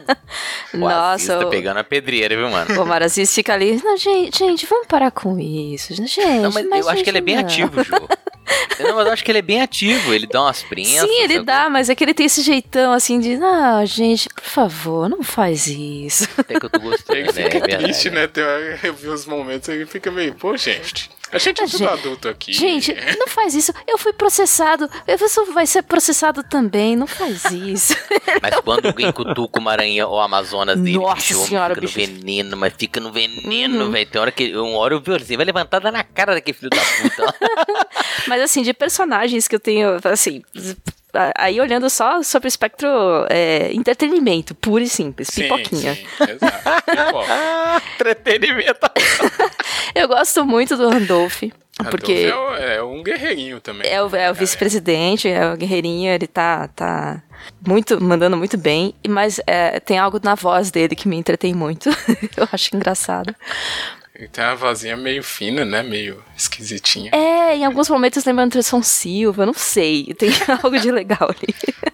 Nossa, tá pegando a pedreira, viu, mano? O Omar Aziz fica ali, não, gente, vamos parar com isso, gente. Não, mas eu acho que ele é bem ativo, Jô. Não, mas eu acho que ele é bem ativo, ele dá umas prensas. Sim, ele dá, mas é que ele tem esse jeitão assim de, não, gente, por favor, não faz isso. Até que eu tô gostando, Ele fica né? triste, né? Eu vi uns momentos, ele fica meio, pô, gente, a gente é tudo adulto aqui. Gente, não faz isso, eu fui processado, você vai ser processado também, não faz isso. Mas quando alguém cutuca o Maranhão ou Amazonas dele, Nossa senhora, fica no bicho. veneno, mas fica no veneno, velho. Tem hora que uma hora eu vi assim, vai levantar na cara daquele filho da puta. Mas assim, de personagens que eu tenho, assim, aí olhando só sobre o espectro entretenimento, puro e simples, pipoquinha. Sim, exato. Pipoca. Entretenimento. Eu gosto muito do Randolph. Porque é um guerreirinho também. é o vice-presidente, é o guerreirinho, ele tá mandando muito bem, mas tem algo na voz dele que me entretém muito. Eu acho engraçado. Ele tem uma vozinha meio fina, né? Meio esquisitinha. Em alguns momentos lembra Anderson Silva, não sei, tem algo de legal ali.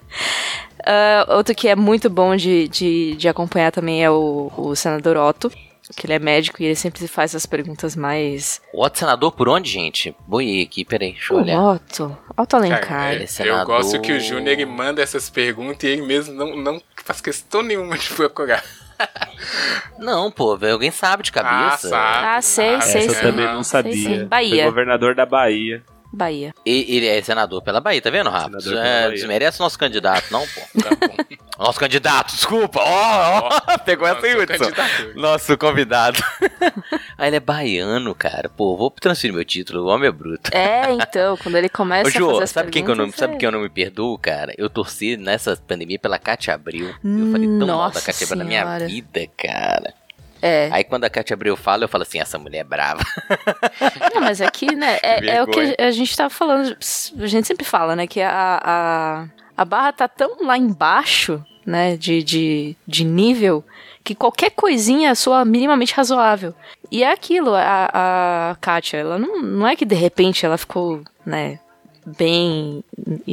Outro que é muito bom de acompanhar também é o senador Otto, que ele é médico e ele sempre faz as perguntas mais... O Otto senador por onde, gente? Boiei aqui, peraí, deixa eu olhar. Otto Alencar. Cara, Ele é senador. eu gosto que o Júnior ele manda essas perguntas e ele mesmo não faz questão nenhuma de procurar. Não, pô, velho, alguém sabe de cabeça. Sei. Essa eu também não sabia. Sei. Bahia. Foi governador da Bahia. Bahia. Ele é senador pela Bahia, tá vendo, Rafa? Senador pela Bahia. Desmerece o nosso candidato, não, pô. Tá bom. Nosso candidato, desculpa. Pegou essa aí, Hudson. Nosso convidado. Ele é baiano, cara. Pô, vou transferir meu título, o homem é bruto. Então, quando ele começa Ô, Jô, a fazer as sabe perguntas... sabe quem eu não me perdoo, cara? Eu torci nessa pandemia pela Cátia Abreu. Eu falei tão mal da Nossa Cátia Abreu na minha Senhora. vida, cara. Aí quando a Cátia Abreu fala, eu falo assim, essa mulher é brava. Não, mas aqui, né, é o que a gente tava falando, a gente sempre fala, né, que a barra tá tão lá embaixo, né, de nível, que qualquer coisinha soa minimamente razoável. E é aquilo, a Kátia, ela não é que de repente ela ficou, né, bem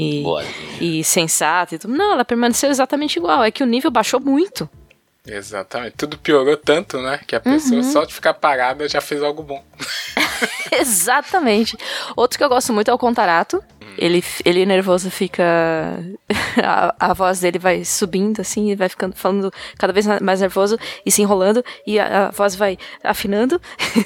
e sensata e tudo. Não, ela permaneceu exatamente igual, é que o nível baixou muito. Exatamente. Tudo piorou tanto, né? Que a pessoa só de ficar parada já fez algo bom. Exatamente. Outro que eu gosto muito é o Contarato. Ele nervoso fica... a voz dele vai subindo, assim, e vai falando cada vez mais nervoso e se enrolando, e a voz vai afinando.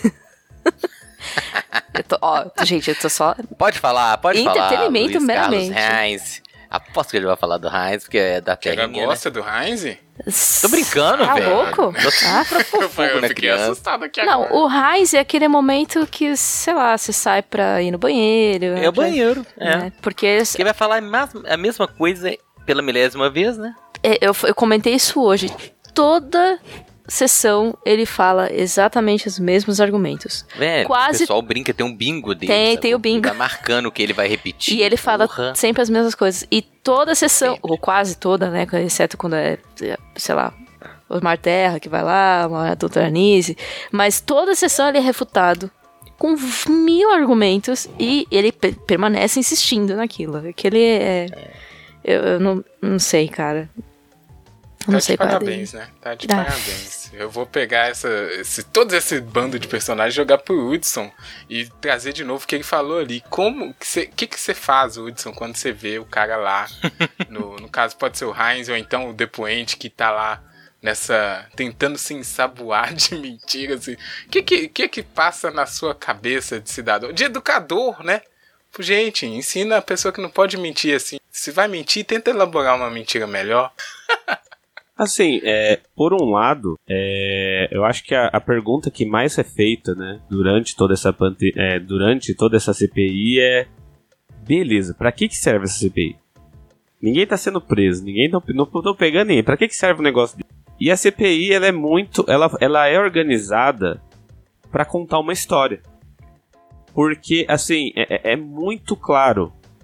Gente, eu tô só... Pode falar. Entretenimento Luiz meramente. Carlos Reis. Aposto que ele vai falar do Heinz, porque é da Ela terrinha, gosta do Heinz? Tô brincando, velho. louco? Eu na fiquei criança. assustado aqui Não, agora. o Heinz é aquele momento que, sei lá, você sai pra ir no banheiro. É o banheiro, né? Porque Quem vai falar a mesma coisa pela milésima vez, né? eu comentei isso hoje. Toda sessão ele fala exatamente os mesmos argumentos. Velho, Quase- o pessoal brinca, tem um bingo dele. Tem sabe? o bingo. Ele vai marcando o que ele vai repetir. E ele fala Porra. sempre as mesmas coisas. E toda sessão, Sempre. ou quase toda, né? Exceto quando é, sei lá, o Osmar Terra que vai lá, a doutora Anise. Mas toda sessão ele é refutado com 1000 argumentos e ele permanece insistindo naquilo. Que ele é. Eu não sei, cara. Eu não Tá sei de qual é a parabéns, dele. né? Tá de Ah. parabéns. Eu vou pegar todo esse bando de personagens, jogar pro Hudson e trazer de novo o que ele falou ali. O que você faz, Hudson, quando você vê o cara lá? No caso, pode ser o Heinz ou então o depoente que tá lá tentando se ensaboar de mentiras. O que passa na sua cabeça de cidadão? De educador, né? Gente, ensina a pessoa que não pode mentir assim. Se vai mentir, tenta elaborar uma mentira melhor. Assim, por um lado, eu acho que a pergunta que mais é feita, né, durante toda essa CPI é: beleza, pra que serve essa CPI? Ninguém tá sendo preso, não tô pegando ninguém, pra que serve o negócio dele? E a CPI, ela é organizada pra contar uma história. Porque, assim, é muito claro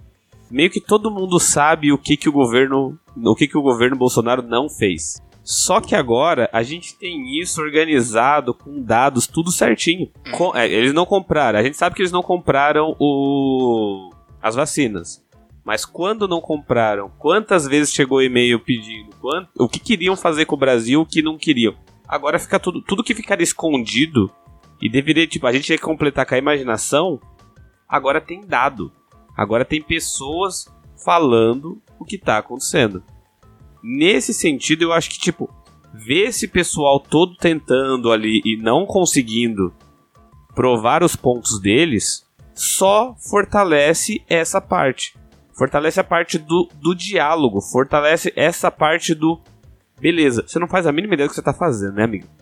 meio que todo mundo sabe o que o governo Bolsonaro não fez. Só que agora a gente tem isso organizado com dados tudo certinho. Eles não compraram, a gente sabe que eles não compraram as vacinas. Mas quando não compraram, quantas vezes chegou e-mail pedindo, o que queriam fazer com o Brasil, o que não queriam. Agora fica tudo que ficar escondido e deveria, a gente ia completar com a imaginação, agora tem dado. Agora tem pessoas falando o que tá acontecendo. Nesse sentido, eu acho que, ver esse pessoal todo tentando ali e não conseguindo provar os pontos deles, só fortalece essa parte. Fortalece a parte do diálogo, fortalece essa parte do... Beleza, você não faz a mínima ideia do que você tá fazendo, né, amigo?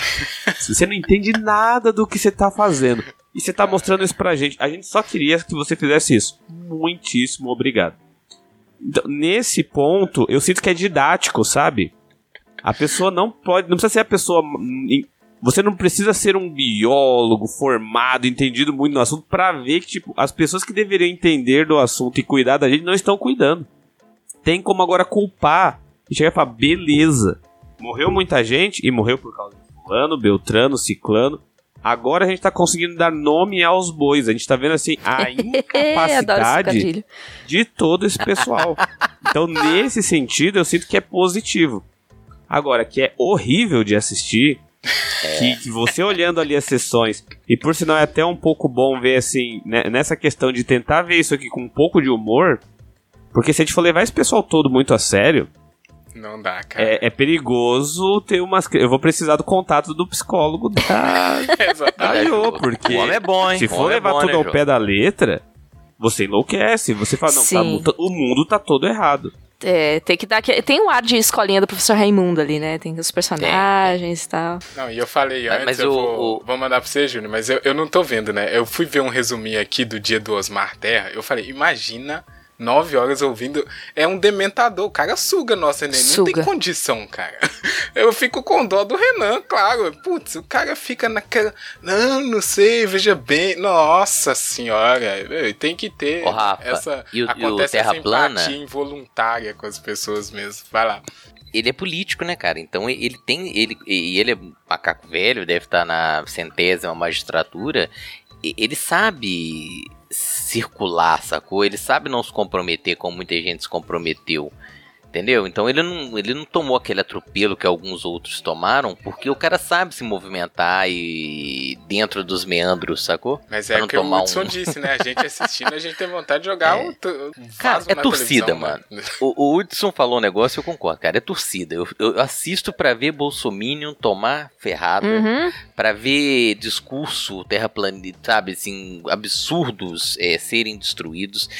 Você não entende nada do que você tá fazendo. E você tá mostrando isso pra gente. A gente só queria que você fizesse isso. Muitíssimo obrigado. Então, nesse ponto, eu sinto que é didático, sabe? A pessoa não precisa ser a pessoa... Você não precisa ser um biólogo formado, entendido muito no assunto, pra ver que, as pessoas que deveriam entender do assunto e cuidar da gente não estão cuidando. Tem como agora culpar e chegar e falar, beleza, morreu muita gente e morreu por causa de fulano, beltrano, ciclano. Agora a gente tá conseguindo dar nome aos bois. A gente tá vendo, assim, a incapacidade de todo esse pessoal. Então, nesse sentido, eu sinto que é positivo. Agora, que é horrível de assistir, que você olhando ali as sessões, e por sinal é até um pouco bom ver, assim, né, nessa questão de tentar ver isso aqui com um pouco de humor, porque se a gente for levar esse pessoal todo muito a sério, não dá, cara. É perigoso ter umas... Eu vou precisar do contato do psicólogo da Iô, porque o homem é bom, hein? Se for levar tudo ao pé da letra, você enlouquece. Você fala, não, o mundo tá todo errado. Tem que dar... Tem um ar de escolinha do professor Raimundo ali, né? Tem os personagens e tal. Não, e eu falei antes, mas vou mandar pra você, Júnior, mas eu não tô vendo, né? Eu fui ver um resuminho aqui do dia do Osmar Terra, eu falei, imagina... 9 horas ouvindo, é um dementador, o cara suga nossa energia, não tem condição, cara. Eu fico com dó do Renan, claro, putz, o cara fica naquela, não sei, veja bem, nossa senhora, tem que ter Rafa, acontece essa empatia involuntária com as pessoas mesmo, vai lá. Ele é político, né, cara? Então ele é macaco velho, deve estar na 100ª magistratura, ele sabe circular, sacou? Ele sabe não se comprometer como muita gente se comprometeu, entendeu? Então ele não tomou aquele atropelo que alguns outros tomaram, porque o cara sabe se movimentar e dentro dos meandros, sacou? Mas é o que o Hudson disse, né? A gente assistindo, a gente tem vontade de jogar o cara, é torcida, mano. O Hudson falou um negócio, eu concordo, cara, é torcida. Eu assisto pra ver Bolsominion tomar ferrada, pra ver discurso terraplanista, sabe, assim, absurdos serem destruídos.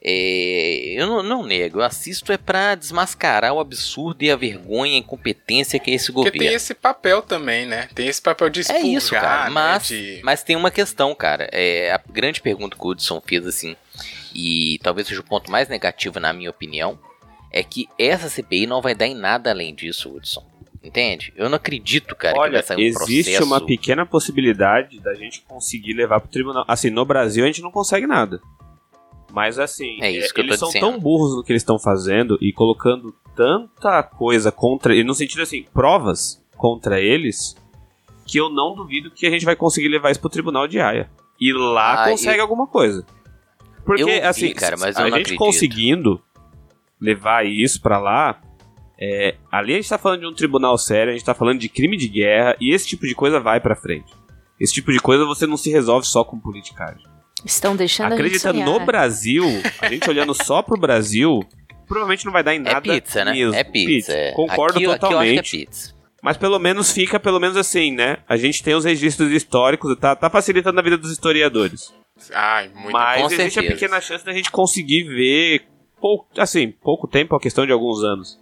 Eu não nego, eu assisto pra desmascarar o absurdo e a vergonha, a incompetência que é esse governo. Porque tem esse papel também, né? Tem esse papel de expurgar, isso, cara. né? Mas tem uma questão, cara. A grande pergunta que o Hudson fez, assim, e talvez seja o ponto mais negativo na minha opinião, é que essa CPI não vai dar em nada além disso, Hudson. Entende? Eu não acredito, cara, que vai sair um processo... Existe uma pequena possibilidade da gente conseguir levar pro tribunal. Assim, no Brasil a gente não consegue nada. Mas assim, eles são tão burros no que eles estão fazendo e colocando tanta coisa contra... E no sentido assim, provas contra eles, que eu não duvido que a gente vai conseguir levar isso pro tribunal de Haia. E lá consegue alguma coisa. Porque, assim, cara, mas a gente conseguindo levar isso pra lá... ali a gente tá falando de um tribunal sério, a gente tá falando de crime de guerra, e esse tipo de coisa vai pra frente. Esse tipo de coisa você não se resolve só com politicagem. Estão deixando Acreditando no Brasil, a gente olhando só pro Brasil, provavelmente não vai dar em nada. É pizza, mesmo. Né? É pizza. Concordo totalmente. Aqui eu acho que é pizza. Mas pelo menos fica, assim, né? A gente tem os registros históricos e tá facilitando a vida dos historiadores. Mas existe a pequena chance da gente conseguir ver, pouco tempo, a questão de alguns anos.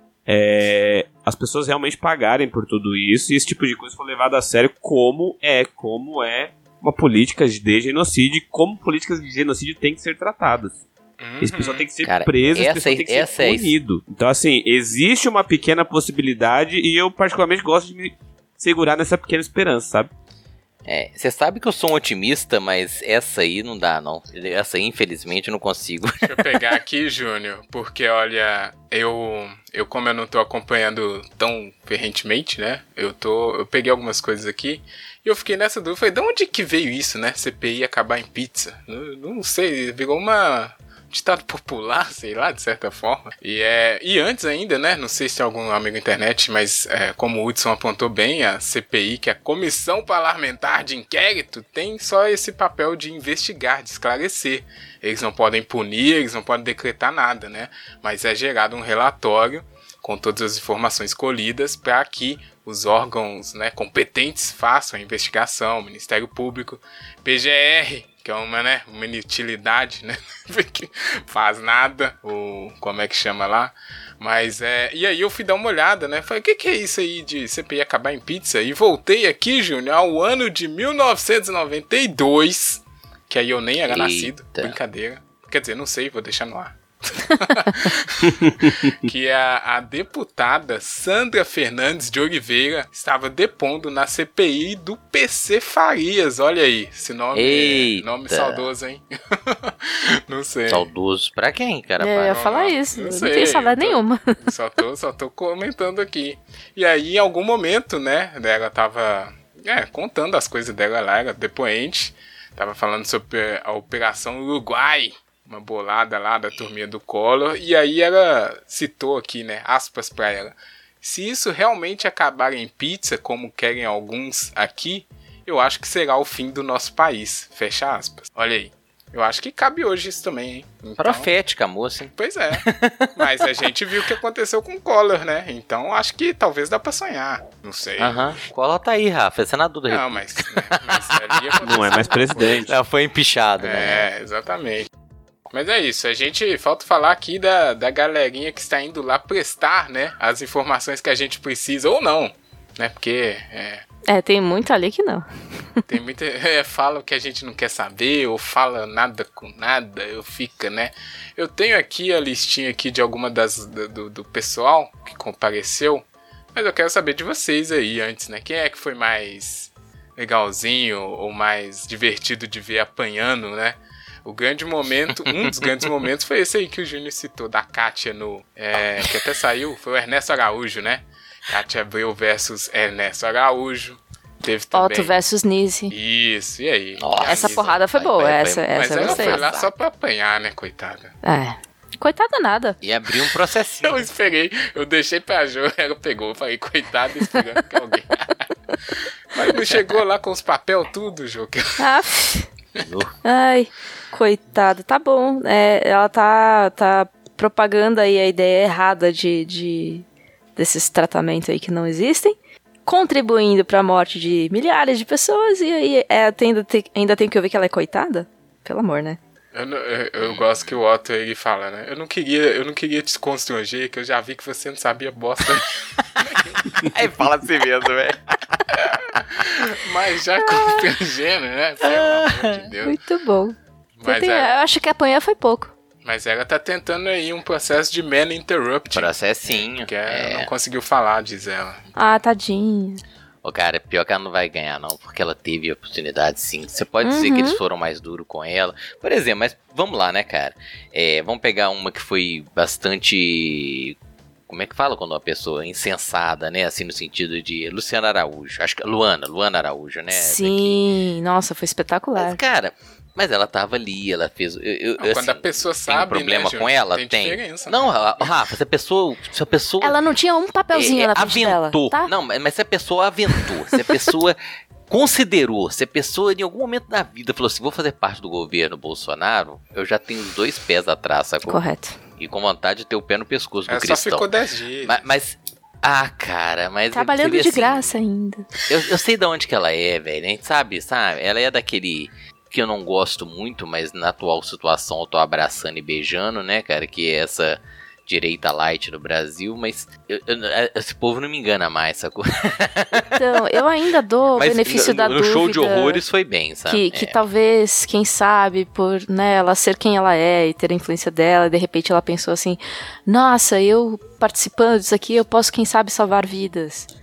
As pessoas realmente pagarem por tudo isso e esse tipo de coisa for levado a sério como é uma política de genocídio, como políticas de genocídio têm que ser tratadas. Esse pessoal tem que ser preso, esse pessoal tem que ser punido. Então, assim, existe uma pequena possibilidade e eu particularmente gosto de me segurar nessa pequena esperança, sabe? Você sabe que eu sou um otimista, mas essa aí não dá, não. Essa aí, infelizmente, eu não consigo. Deixa eu pegar aqui, Júnior, porque, olha, eu como eu não tô acompanhando tão ferrentemente, né, eu peguei algumas coisas aqui, e eu fiquei nessa dúvida, falei, de onde que veio isso, né, CPI acabar em pizza? Não sei, virou uma... ditado popular, sei lá, de certa forma. E antes ainda, né, não sei se tem algum amigo internet, mas como o Hudson apontou bem, a CPI, que é a Comissão Parlamentar de Inquérito, tem só esse papel de investigar, de esclarecer. Eles não podem punir, eles não podem decretar nada, né, mas é gerado um relatório com todas as informações colhidas para que os órgãos, né, competentes façam a investigação, Ministério Público, PGR, que é uma inutilidade, né, que faz nada, ou como é que chama lá, mas e aí eu fui dar uma olhada, né, falei, o que é isso aí de CPI acabar em pizza? E voltei aqui, Júnior, ao ano de 1992, que aí eu nem era nascido, brincadeira, quer dizer, não sei, vou deixar no ar. Que a deputada Sandra Fernandes de Oliveira estava depondo na CPI do PC Farias. Olha aí, esse nome, nome saudoso, hein? Não sei. Saudoso pra quem, cara? Eu ia falar isso, não tenho saudade nenhuma. Só tô comentando aqui. E aí, em algum momento, né, ela tava contando as coisas dela lá, era depoente, tava falando sobre a Operação Uruguai, uma bolada lá da turminha do Collor, e aí ela citou aqui, né, aspas pra ela, se isso realmente acabar em pizza, como querem alguns aqui, eu acho que será o fim do nosso país, fecha aspas. Olha aí, eu acho que cabe hoje isso também, hein. Então, profética, moça, hein? Pois é, mas a gente viu o que aconteceu com o Collor, né, então acho que talvez dá pra sonhar, não sei. Collor tá aí, Rafa, é senador do Não, mas ali não é mais presidente. Ela foi empichado, né? Exatamente. Mas é isso, falta falar aqui da galerinha que está indo lá prestar, né, as informações que a gente precisa, ou não, né, porque... tem muito ali que não. Tem muita... fala o que a gente não quer saber, ou fala nada com nada, fica, né. Eu tenho aqui a listinha aqui de alguma do pessoal que compareceu, mas eu quero saber de vocês aí antes, né, quem é que foi mais legalzinho, ou mais divertido de ver apanhando, né. O grande momento, um dos grandes momentos foi esse aí que o Júnior citou, da Kátia que até saiu, foi o Ernesto Araújo, né? Kátia Abreu versus Ernesto Araújo. Teve também... Otto versus Nise. Isso, e aí? Nossa, essa porrada foi boa, essa mas eu ela gostei. foi lá só pra apanhar, né, coitada? Coitada nada. E abriu um processinho. Eu deixei pra Jo, ela pegou, falei, coitada, esperando que alguém... Mas não chegou lá com os papel tudo, Jo? Ai, coitada, tá bom. Ela tá propagando aí a ideia errada desses tratamentos aí que não existem, contribuindo pra morte de milhares de pessoas, e aí ainda tem que ouvir que ela é coitada? Pelo amor, né? Eu gosto que o Otto ele fala, né? Eu não queria te constranger, que eu já vi que você não sabia bosta. Aí fala assim mesmo, velho. Mas já constrangendo, né? Pelo amor de Deus. Muito bom. Eu acho que apanhar foi pouco. Mas ela tá tentando aí um processo de man interrupting. Processinho. Que não conseguiu falar, diz ela. Tadinha. Cara, pior que ela não vai ganhar não, porque ela teve a oportunidade sim. Você pode dizer que eles foram mais duros com ela. Por exemplo, mas vamos lá, né, cara? Vamos pegar uma que foi bastante... Como é que fala quando uma pessoa insensada, né? Assim, no sentido de Luciana Araújo. Acho que Luana Araújo, né? Sim, nossa, foi espetacular. Mas, cara... Mas ela tava ali, ela fez... quando assim, a pessoa sabe, tem um problema com ela? Tem Tem. diferença. Não, Rafa, se a pessoa... Ela não tinha um papelzinho na frente aventou. dela, tá? Não, mas se a pessoa aventou, se a pessoa considerou, se a pessoa em algum momento da vida falou assim, vou fazer parte do governo Bolsonaro, eu já tenho os 2 pés atrás, sacou? Correto. E com vontade de ter o pé no pescoço do Só cristão. ficou 10 dias. Mas cara, mas... Trabalhando de graça ainda. Eu sei de onde que ela é, velho, a gente sabe? Ela é daquele... que eu não gosto muito, mas na atual situação eu tô abraçando e beijando, né, cara, que é essa direita light no Brasil, mas esse povo não me engana mais, sacou? Então, eu ainda dou o benefício da dúvida. No show de horrores foi bem, sabe? Que talvez, quem sabe, por ela ser quem ela é e ter a influência dela, de repente ela pensou assim, nossa, eu participando disso aqui, eu posso, quem sabe, salvar vidas.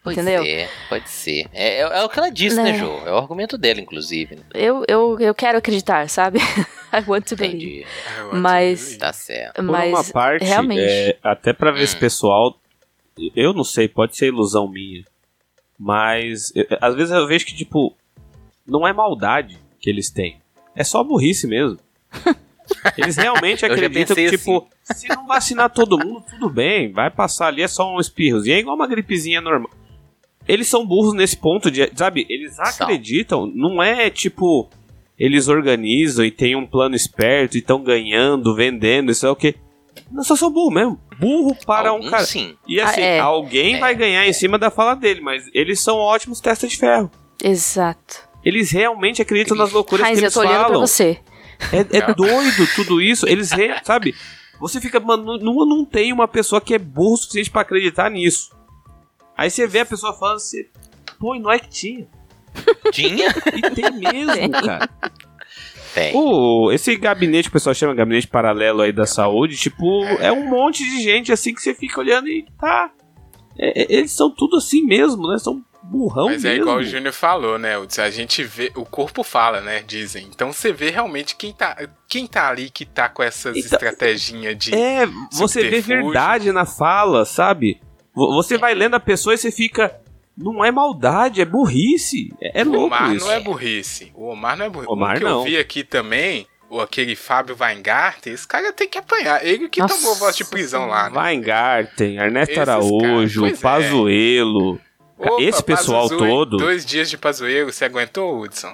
entendeu? Pode ser. É o que ela disse, né, Jô? É o argumento dela, inclusive. Né? Eu quero acreditar, sabe? I want to believe. Mas... Tá certo. Por uma parte, realmente... até pra ver esse pessoal, eu não sei, pode ser ilusão minha, mas às vezes eu vejo que, tipo, não é maldade que eles têm. É só burrice mesmo. Eles realmente acreditam que, tipo, se não vacinar todo mundo, tudo bem, vai passar ali, é só um espirrozinho, é igual uma gripezinha normal. Eles são burros nesse ponto de, sabe, eles acreditam, não é tipo, eles organizam e tem um plano esperto e estão ganhando, vendendo, isso é o quê? Não, só são burro mesmo. Burro para um cara. Sim. E assim, alguém vai ganhar em cima da fala dele, mas eles são ótimos testa de ferro. Exato. Eles realmente acreditam nas loucuras Heinz, que eles falam. Eu tô olhando pra você. É doido tudo isso. Eles, sabe? Você fica, mano, não tem uma pessoa que é burro o suficiente pra acreditar nisso. Aí você vê a pessoa falando assim, pô, e não é que tinha. Tinha? E tem mesmo, cara. Tem. Esse gabinete que o pessoal chama gabinete paralelo aí da saúde, tipo, é um monte de gente assim que você fica olhando e tá. Eles são tudo assim mesmo, né? São burrão Mas mesmo. é igual o Júnior falou, né? A gente vê, o corpo fala, né? Dizem. Então você vê realmente quem tá ali que tá com essas estratégias de. Você vê verdade na fala, sabe? Você vai lendo a pessoa e você fica. Não é maldade, é burrice. É louco. O Omar isso. não é burrice. O Omar não é burrice. Omar o que não. eu vi aqui também, aquele Fábio Weingarten, esse cara tem que apanhar. Ele que tomou voz de prisão lá, né? Weingarten, Ernesto Esses Araújo, caras, Pazuello. Opa, esse pessoal Pazuzu, todo. 2 dias de Pazuello, você aguentou, Hudson?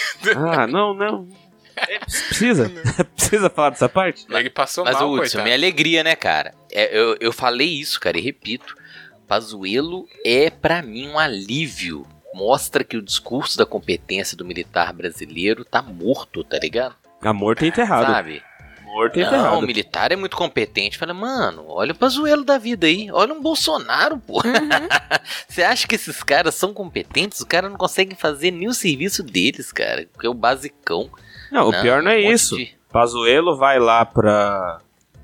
Não. Precisa falar dessa parte? Ele passou Mas mal, o Hudson, coitado. minha alegria, né, cara? Eu falei isso, cara, e repito. Pazuello é, pra mim, um alívio. Mostra que o discurso da competência do militar brasileiro tá morto, tá ligado? Morto e enterrado. Sabe? Morto e Não, enterrado. o militar é muito competente. Fala, mano, olha o Pazuello da vida aí. Olha um Bolsonaro, pô. Você acha que esses caras são competentes? Os caras não conseguem fazer nem o serviço deles, cara. Porque é o basicão. Não, o pior não é isso. Pazuello vai lá pro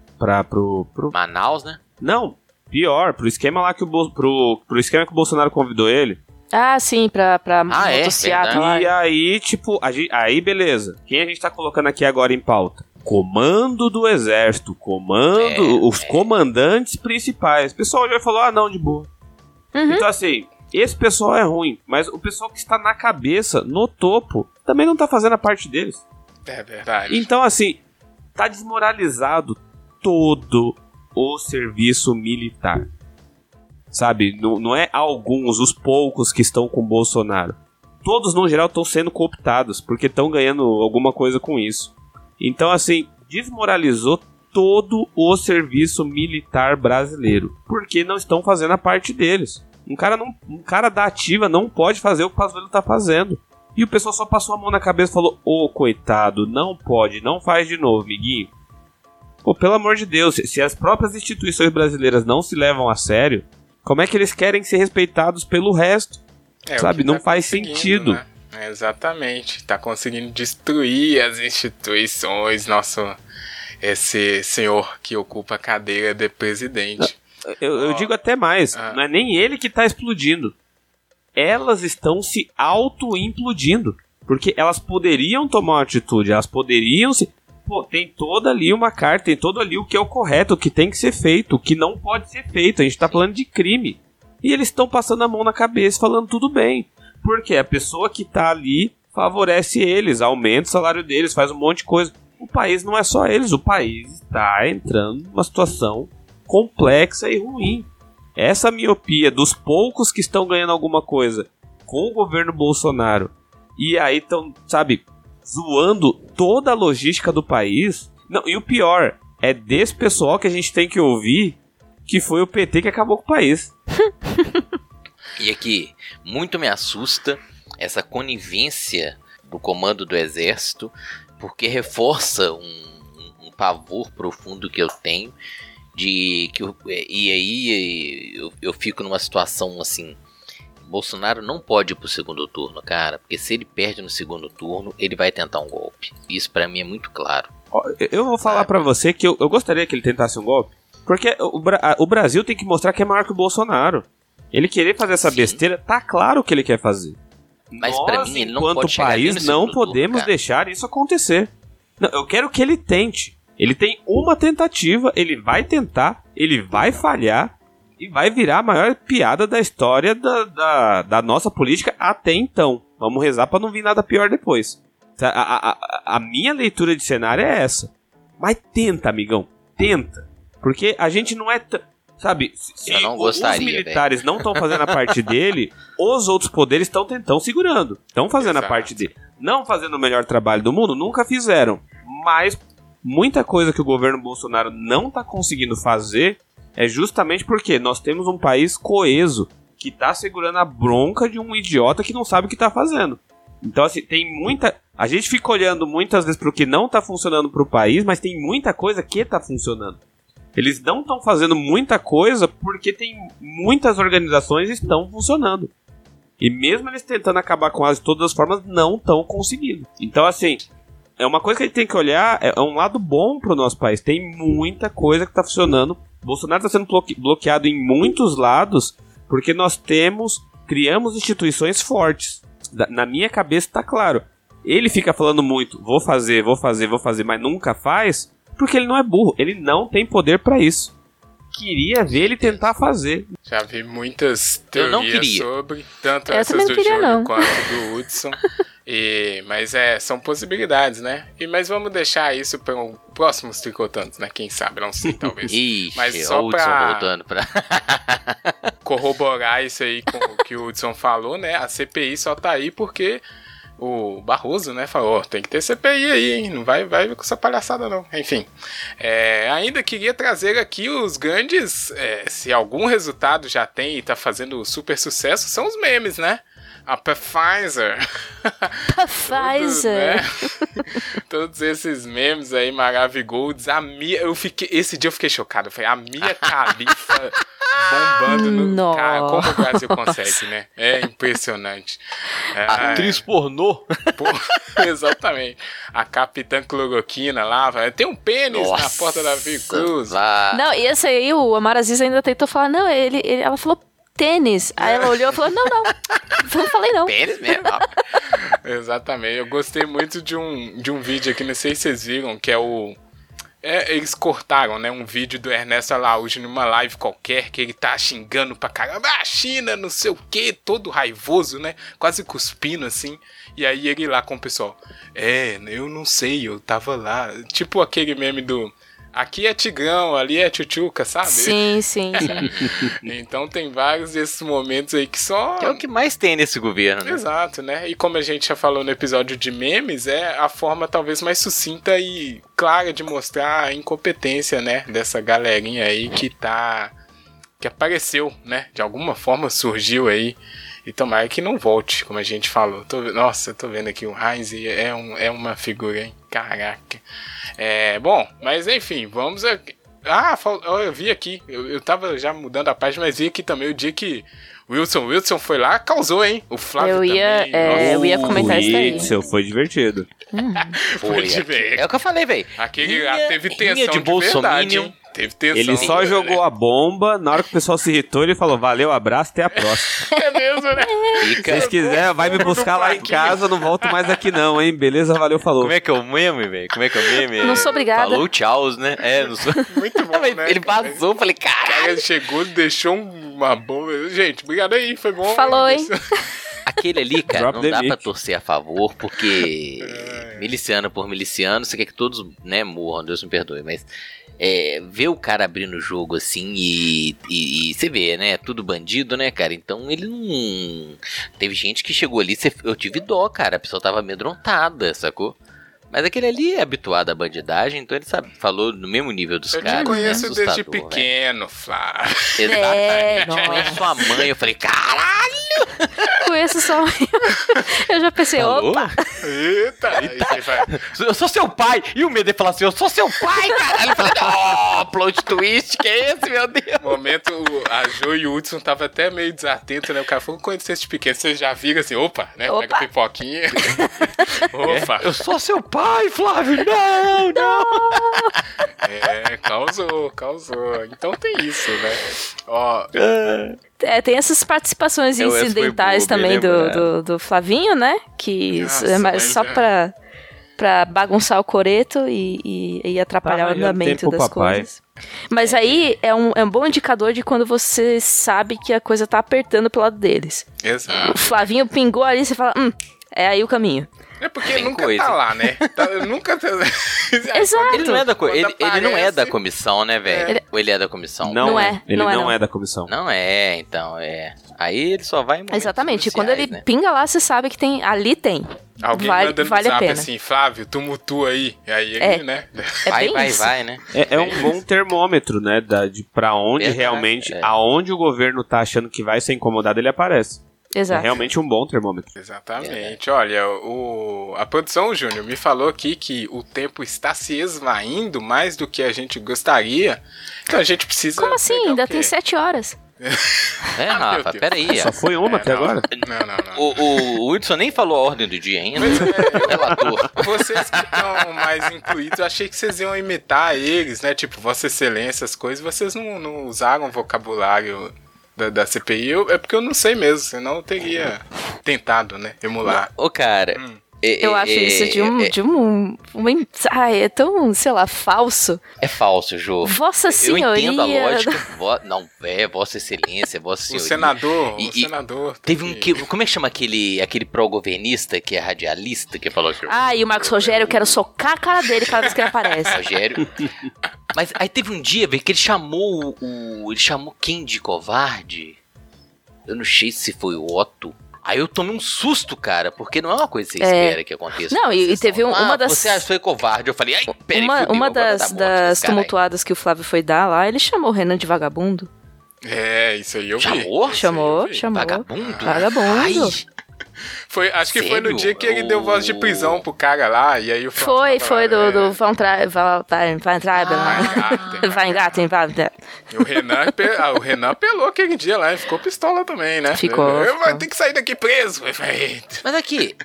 Manaus, né? Não, pior, pro esquema lá pro esquema que o Bolsonaro convidou ele. Ah, sim, pra motociata lá. E aí, tipo, aí beleza. Quem a gente tá colocando aqui agora em pauta? Comando do Exército, os comandantes principais. O pessoal já falou, não, de boa. Então assim, esse pessoal é ruim, mas o pessoal que está na cabeça, no topo, também não tá fazendo a parte deles. É verdade. Então assim, tá desmoralizado todo o serviço militar. Sabe, não é alguns, os poucos que estão com o Bolsonaro. Todos, no geral, estão sendo cooptados, porque estão ganhando alguma coisa com isso. Então, assim, desmoralizou todo o serviço militar brasileiro, porque não estão fazendo a parte deles. Um cara da ativa não pode fazer o que o Pazuello tá fazendo. E o pessoal só passou a mão na cabeça e falou, coitado, não pode, não faz de novo, amiguinho. Pô, pelo amor de Deus, se as próprias instituições brasileiras não se levam a sério, como é que eles querem ser respeitados pelo resto? Sabe, não faz sentido. Né? Exatamente. Tá conseguindo destruir as instituições, esse senhor que ocupa a cadeira de presidente. Eu digo até mais, não é nem ele que tá explodindo. Elas estão se auto-implodindo. Porque elas poderiam tomar uma atitude, elas poderiam se... Pô, tem toda ali uma carta, tem todo ali o que é o correto, o que tem que ser feito, o que não pode ser feito. A gente tá falando de crime. E eles estão passando a mão na cabeça falando tudo bem. Porque a pessoa que tá ali favorece eles, aumenta o salário deles, faz um monte de coisa. O país não é só eles, o país está entrando numa situação complexa e ruim. Essa miopia dos poucos que estão ganhando alguma coisa com o governo Bolsonaro e aí estão, sabe, zoando toda a logística do país. Não, e o pior, é desse pessoal que a gente tem que ouvir que foi o PT que acabou com o país. E aqui, muito me assusta essa conivência do comando do Exército, porque reforça um pavor profundo que eu tenho de que e aí eu fico numa situação assim. Bolsonaro não pode ir pro segundo turno, cara, porque se ele perde no segundo turno, ele vai tentar um golpe. Isso pra mim é muito claro. Eu vou falar pra você que eu gostaria que ele tentasse um golpe, porque o Brasil tem que mostrar que é maior que o Bolsonaro. Ele querer fazer essa besteira, tá claro que ele quer fazer. Mas Nós, pra mim, ele não enquanto pode chegar ali no país, não segundo podemos turno, deixar isso acontecer. Não, eu quero que ele tente. Ele tem uma tentativa, ele vai tentar, ele vai falhar e vai virar a maior piada da história da nossa política até então. Vamos rezar pra não vir nada pior depois. A minha leitura de cenário é essa. Mas tenta, amigão. Tenta. Porque a gente não é... Sabe, se eu não gostaria, os militares não estão fazendo a parte dele, os outros poderes estão segurando. Estão fazendo a parte dele. Não fazendo o melhor trabalho do mundo, nunca fizeram. Mas muita coisa que o governo Bolsonaro não está conseguindo fazer é justamente porque nós temos um país coeso que está segurando a bronca de um idiota que não sabe o que está fazendo. Então, assim, tem muita... A gente fica olhando muitas vezes pro que não está funcionando pro país, mas tem muita coisa que está funcionando. Eles não estão fazendo muita coisa porque tem muitas organizações que estão funcionando. E mesmo eles tentando acabar com elas de todas as formas, não estão conseguindo. Então, assim, é uma coisa que a gente tem que olhar, é um lado bom pro nosso país. Tem muita coisa que está funcionando. Bolsonaro está sendo bloqueado em muitos lados porque nós criamos instituições fortes. Na minha cabeça está claro. Ele fica falando muito, vou fazer, mas nunca faz, porque ele não é burro, ele não tem poder pra isso. Queria ver ele tentar fazer. Já vi muitas teorias sobre, tanto eu essas do Júlio quanto do Hudson. Mas são possibilidades, né? Mas vamos deixar isso para os próximos tricotantes, né? Quem sabe, não sei, talvez. Ixi, mas só o pra Hudson voltando pra... corroborar isso aí com o que o Hudson falou, né? A CPI só tá aí porque o Barroso, né, falou, tem que ter CPI aí, hein? Não vai com essa palhaçada não. Enfim, ainda queria trazer aqui os grandes, se algum resultado já tem e tá fazendo super sucesso, são os memes, né? A Pfizer. Pfizer. Todos esses memes aí maravilhosos. Esse dia eu fiquei chocado. Foi a Mia Khalifa bombando no... Cara, como o Brasil consegue, né? É impressionante. Atriz pornô. Exatamente. A Capitã Cloroquina lá. Tem um pênis na porta da Fiocruz. Não, e esse aí, o Amar Aziz ainda tentou falar, não, ela falou tênis. Aí ela olhou e falou, não falei não. Pênis mesmo. Exatamente. Eu gostei muito de um vídeo aqui, não sei se vocês viram, que é o... eles cortaram, né, um vídeo do Ernesto Araújo numa live qualquer, que ele tá xingando pra caramba, a China, não sei o que, todo raivoso, né, quase cuspindo assim, e aí ele lá com o pessoal, eu não sei, eu tava lá, tipo aquele meme do... Aqui é Tigrão, ali é Tchutchuca, sabe? Sim. Então tem vários desses momentos aí que só... Que é o que mais tem nesse governo, né? Exato, né? E como a gente já falou no episódio de memes, é a forma talvez mais sucinta e clara de mostrar a incompetência, né? Dessa galerinha aí que apareceu, né? De alguma forma surgiu aí. E tomara que não volte, como a gente falou. Nossa, eu tô vendo aqui o Heinz é uma figura, hein? Caraca. Bom, mas enfim, vamos aqui. Eu vi aqui, eu tava já mudando a página, mas vi aqui também o dia que Wilson foi lá, causou, hein? O Flávio também. Eu ia comentar isso aí. Isso foi divertido. Foi divertido. É o que eu falei, velho. Aquele lá teve tensão de verdade, hein? Teve tensão. Ele só jogou a bomba, na hora que o pessoal se irritou, ele falou, valeu, abraço, até a próxima. É mesmo, né? Se vocês quiserem, vai me buscar lá em casa, não volto mais aqui não, hein? Beleza, valeu, falou. Como é que é o meme, velho? Não sou obrigada. Falou tchau, né? Não sou... Muito bom, né? Ele vazou, falei, caralho. Ele chegou, deixou uma bomba. Gente, obrigado aí, foi bom. Falou, hein? Aquele ali, cara, Drop não the dá mic. pra torcer a favor, porque miliciano por miliciano, você quer que todos, né, morram, Deus me perdoe, mas ver o cara abrindo o jogo assim e você vê, né, tudo bandido, né, cara, então ele não... Teve gente que chegou ali, eu tive dó, cara, a pessoa tava amedrontada, sacou? Mas aquele ali é habituado à bandidagem, então ele falou no mesmo nível dos caras. Eu te conheço né? desde pequeno, Flávio. Exatamente. Eu conheço sua mãe, eu falei, caralho! conheço só eu já pensei, Falou? opa. Eita, aí você vai... Eu sou seu pai! E o medo de falar assim, eu sou seu pai, caralho! Eu falei, oh, plot twist, que é esse, meu Deus? No momento, a Jo e o Hudson tava até meio desatento, né? O cara falou, quando vocês pequenos, vocês já viram assim, opa, né? Opa. Pega a pipoquinha. Opa. Eu sou seu pai, Flávio! Não, não! Causou. Então tem isso, né? Ó, Tem essas participações Essa foi incidentais boa, bem também lembrado. do Flavinho, né? Que Nossa, é mais mas só é. pra bagunçar o coreto e atrapalhar Tá o ganhando andamento tempo, das papai. coisas. Mas aí é um bom indicador de quando você sabe que a coisa tá apertando pro lado deles. exato. O Flavinho pingou ali e você fala, é aí o caminho. É porque Tem nunca coisa. tá lá, né? Nunca tá... Exato. Ele não é da, Quando ele não é aparece- da comissão, né, velho? Ele- Ou ele é da comissão? Não é. Ele Não é, não não. é da comissão. Não é, então, é. Aí ele só vai em momentos Exatamente. E quando cruciais, ele né? pinga lá, você sabe que ali tem. Alguém vale manda no vale a zap pena. assim, Flávio, tu mutua aí. E aí ele, É. né? É Vai, bem vai, isso. vai, né? É um bom termômetro, né? De pra onde Verdade, realmente, é. aonde o governo tá achando que vai ser incomodado, ele aparece. É Exato. realmente um bom termômetro. Exatamente. Olha, a produção, Júnior, me falou aqui que o tempo está se esvaindo mais do que a gente gostaria. Então a gente precisa... Como assim? pegar o Ainda quê? tem 7 horas. É, Meu Rafa, Deus. peraí. Só foi uma até não. agora? Não. O Hudson nem falou a ordem do dia ainda. Pois é, Relator. vocês que estão mais incluídos, eu achei que vocês iam imitar eles, né? Tipo, Vossa Excelência, essas coisas. Vocês não usaram vocabulário da CPI. É porque eu não sei mesmo, senão eu teria tentado, né? Emular. Ô, cara. Eu acho isso é tão, sei lá, falso. É falso, Jô. Vossa Eu Senhoria. entendo a lógica. Não, Vossa Excelência, Vossa O Senhoria. senador, E- o senador. Teve um que. Como é que chama aquele pró-governista que é radialista que falou que. Ah, e o Marcos Rogério, eu quero socar a cara dele cada vez que ele aparece. Rogério. Mas aí teve um dia, velho, que ele chamou ele chamou quem de covarde? Eu não sei se foi o Otto. Aí eu tomei um susto, cara, porque não é uma coisa que você espera que aconteça. Não, e teve uma das... Você acha que foi covarde? Eu falei, ai, peraí, Uma das tumultuadas que o Flávio foi dar lá, ele chamou o Renan de vagabundo. É, isso aí eu vi. Chamou? Isso aí eu vi. Chamou. Vagabundo? Vagabundo. Ai, Acho que foi no Sério? dia que ele deu voz de prisão pro cara lá, e aí o Flávio Foi tava, do Van Traben lá. Vai Gaten, vai. E o Renan apelou aquele dia lá e ficou pistola também, né? Ficou. Eu vou ter que sair daqui preso. Eu falei, mas aqui,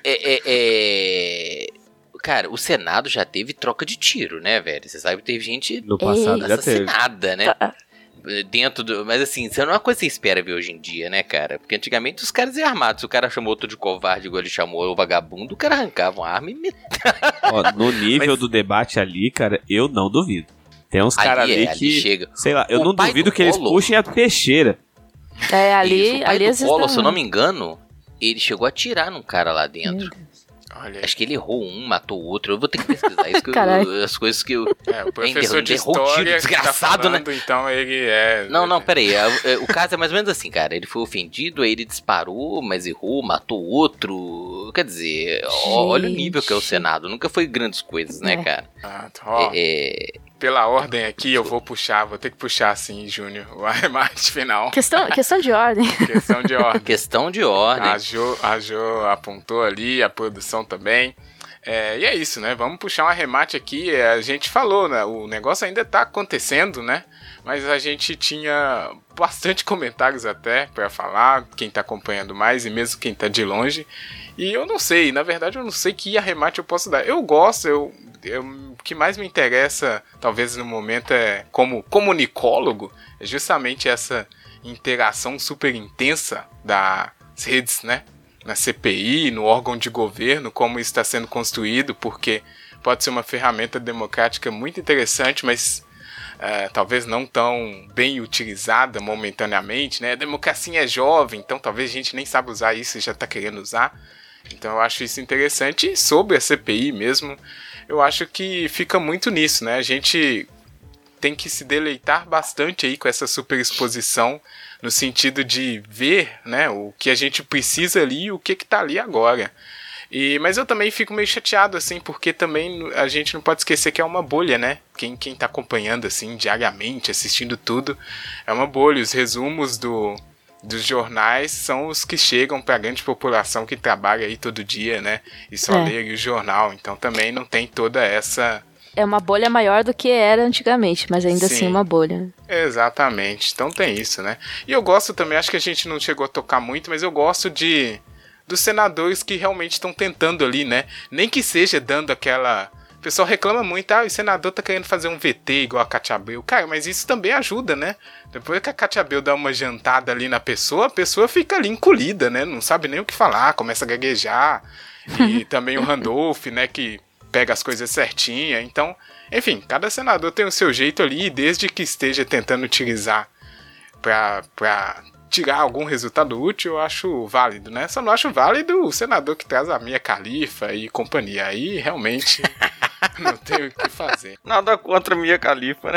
cara, o Senado já teve troca de tiro, né, velho? Você sabe que teve gente No passado já teve. assassinada, né? Dentro do... Mas assim, isso não é uma coisa que você espera ver hoje em dia, né, cara? Porque antigamente os caras iam armados. Se o cara chamou outro de covarde, igual ele chamou o vagabundo, o cara arrancava uma arma e Ó, no nível do debate ali, cara, eu não duvido. Tem uns caras ali que, chega. sei lá, eu O não pai duvido do que eles Collor- puxem a peixeira. É, Isso, o pai ali do às vezes Collor, dá se eu não me engano, ele chegou a atirar num cara lá dentro. olha, Acho que ele errou um, matou o outro. Eu vou ter que pesquisar isso, que Caralho. as coisas que eu... o professor de enterrou o tiro, história que tá desgraçado, né? falando, então ele é... Não, peraí. O caso é mais ou menos assim, cara. Ele foi ofendido, aí ele disparou, mas errou, matou outro. Quer dizer, olha o nível que é o Senado. Nunca foi grandes coisas, né, É. cara? Ah, ó, pela ordem aqui, eu vou ter que puxar assim, Júnior, o arremate final. Questão de ordem. Questão de ordem. Questão de ordem. A Jo apontou ali, a produção também. E é isso, né? Vamos puxar um arremate aqui. A gente falou, né? O negócio ainda tá acontecendo, né? Mas a gente tinha bastante comentários até pra falar, quem tá acompanhando mais e mesmo quem tá de longe. E eu não sei, na verdade eu não sei que arremate eu posso dar. Eu gosto, o que mais me interessa, talvez no momento, como comunicólogo, é justamente essa interação super intensa das redes, né? Na CPI, no órgão de governo, como isso está sendo construído, porque pode ser uma ferramenta democrática muito interessante, mas talvez não tão bem utilizada momentaneamente, né? A democracia é jovem, então talvez a gente nem sabe usar isso e já está querendo usar. Então eu acho isso interessante. E sobre a CPI mesmo, eu acho que fica muito nisso, né? A gente tem que se deleitar bastante aí com essa superexposição, no sentido de ver, né, o que a gente precisa ali e o que tá ali agora. Mas eu também fico meio chateado, assim, porque também a gente não pode esquecer que é uma bolha, né? Quem tá acompanhando, assim, diariamente, assistindo tudo, é uma bolha. Os resumos dos jornais são os que chegam para a grande população que trabalha aí todo dia, né? E só lê o jornal. Então também não tem toda essa... É uma bolha maior do que era antigamente, mas ainda assim uma bolha. Exatamente. Então tem isso, né? E eu gosto também, acho que a gente não chegou a tocar muito, mas eu gosto dos senadores que realmente estão tentando ali, né? Nem que seja dando aquela... O pessoal reclama muito, o senador tá querendo fazer um VT igual a Cátia Abreu. Cara, mas isso também ajuda, né? Depois que a Cátia Abreu dá uma jantada ali na pessoa, a pessoa fica ali encolhida, né? Não sabe nem o que falar, começa a gaguejar. E também o Randolph, né, que pega as coisas certinha. Então, enfim, cada senador tem o seu jeito ali, desde que esteja tentando utilizar pra tirar algum resultado útil, eu acho válido, né? Só não acho válido o senador que traz a Mia Khalifa e companhia. Aí, realmente... Não tem o que fazer. Nada contra a Mia Khalifa, né?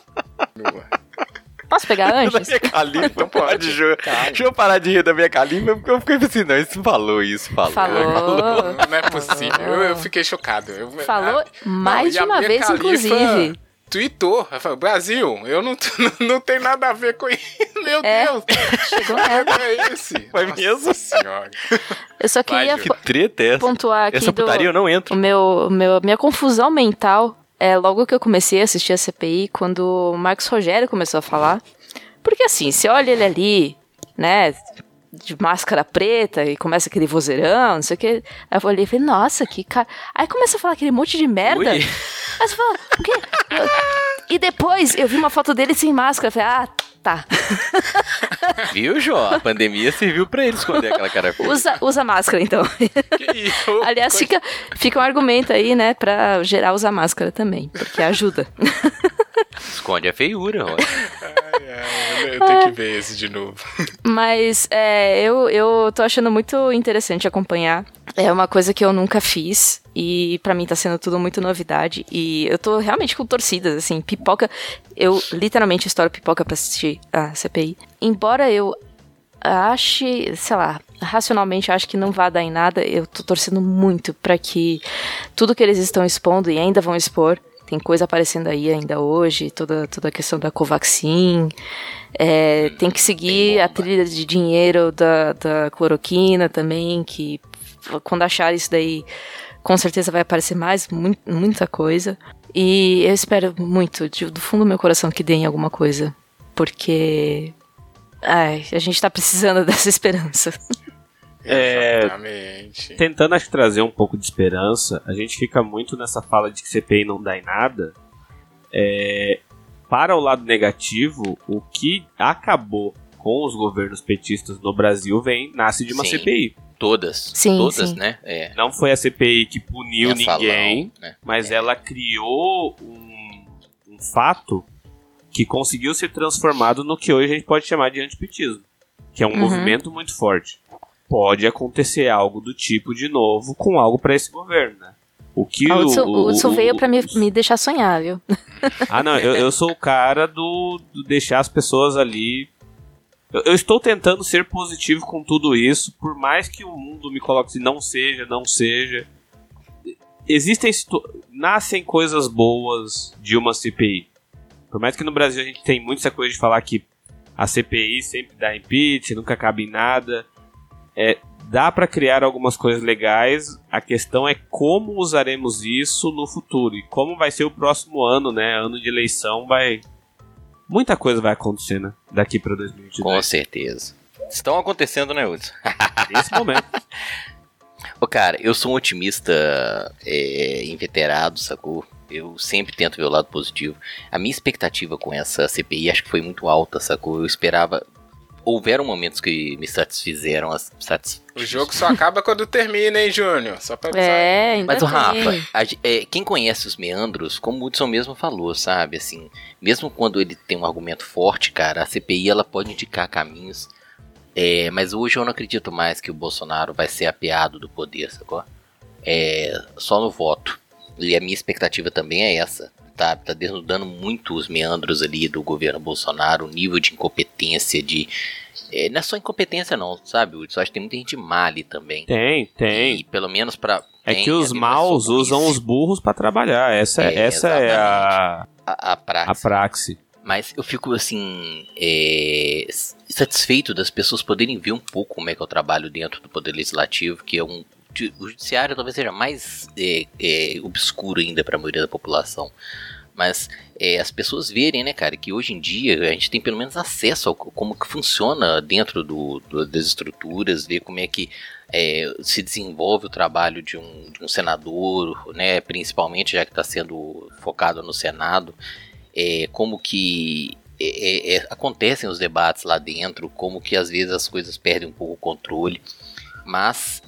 Posso pegar antes? Da Mia Khalifa, então pode. Deixa eu parar de rir da Mia Khalifa, porque eu fiquei assim, não, isso falou. Não é possível. Eu fiquei chocado. Falou mais de uma vez, inclusive. Tweetou, Brasil, eu não tenho nada a ver com isso. Meu Deus. Chegou ela. É esse. Foi mesmo? Senhora. Eu só queria pontuar aqui essa putaria eu não entro. Minha confusão mental é logo que eu comecei a assistir a CPI, quando o Marcos Rogério começou a falar. Porque assim, você olha ele ali, né, de máscara preta e começa aquele vozeirão, não sei o que. Aí eu olhei e falei, nossa, que cara. Aí começa a falar aquele monte de merda. Ui. Aí você fala, o quê? E depois eu vi uma foto dele sem máscara. Eu falei, tá. Viu, Jó? A pandemia serviu pra ele esconder aquela cara feia. Usa máscara, então. Aliás, fica um argumento aí, né, pra gerar usar máscara também, porque ajuda. Esconde a feiura, ó. Eu tenho que ver esse de novo. Mas eu tô achando muito interessante acompanhar. É uma coisa que eu nunca fiz e pra mim tá sendo tudo muito novidade. E eu tô realmente com torcidas, assim, pipoca. Eu literalmente estouro pipoca pra assistir a CPI. Embora eu ache, sei lá, racionalmente acho que não vai dar em nada, eu tô torcendo muito pra que tudo que eles estão expondo e ainda vão expor, tem coisa aparecendo aí ainda hoje, toda a questão da Covaxin, tem que seguir a trilha de dinheiro da cloroquina também, que quando achar isso daí, com certeza vai aparecer muita coisa. E eu espero muito, do fundo do meu coração, que deem alguma coisa, porque a gente tá precisando dessa esperança. Exatamente. Tentando, acho, trazer um pouco de esperança, a gente fica muito nessa fala de que CPI não dá em nada. Para o lado negativo, o que acabou com os governos petistas no Brasil nasce de uma CPI. Todas, né? Não foi a CPI que puniu ninguém, né? Mas ela criou um fato que conseguiu ser transformado no que hoje a gente pode chamar de antipetismo, que é um movimento muito forte. Pode acontecer algo do tipo de novo com algo para esse governo, né? O Hudson veio pra me deixar sonhar, viu? Não, eu sou o cara do deixar as pessoas ali. Eu estou tentando ser positivo com tudo isso, por mais que o mundo me coloque assim, não seja. Nascem coisas boas de uma CPI. Por mais que no Brasil a gente tem muito essa coisa de falar que a CPI sempre dá impeachment, nunca acaba em nada. Dá para criar algumas coisas legais, a questão é como usaremos isso no futuro e como vai ser o próximo ano, né? Ano de eleição, muita coisa vai acontecer, né? Daqui para 2022. Com certeza. Estão acontecendo, né, Hudson? Nesse momento. Cara, eu sou um otimista inveterado, sacou? Eu sempre tento ver o lado positivo. A minha expectativa com essa CPI acho que foi muito alta, sacou? Eu esperava... Houveram momentos que me satisfizeram. O jogo só acaba quando termina, hein, Júnior? Só pra avisar. Mas o Rafa, quem conhece os meandros, como o Hudson mesmo falou, sabe? Assim, mesmo quando ele tem um argumento forte, cara, a CPI ela pode indicar caminhos. Mas hoje eu não acredito mais que o Bolsonaro vai ser apeado do poder, sacou? Só no voto. E a minha expectativa também é essa. Tá desnudando muito os meandros ali do governo Bolsonaro, o nível de incompetência, não é só incompetência não, sabe? Eu acho que tem muita gente má ali também. Tem. E pelo menos pra... que os maus usam os burros pra trabalhar, essa é a praxe. Mas eu fico, assim, satisfeito das pessoas poderem ver um pouco como é que eu trabalho dentro do Poder Legislativo, que é o judiciário talvez seja mais obscuro ainda para a maioria da população. Mas as pessoas verem, né, cara, que hoje em dia a gente tem pelo menos acesso a como que funciona dentro das estruturas, ver como é que se desenvolve o trabalho de um senador, né, principalmente já que está sendo focado no Senado, como que acontecem os debates lá dentro, como que às vezes as coisas perdem um pouco o controle, mas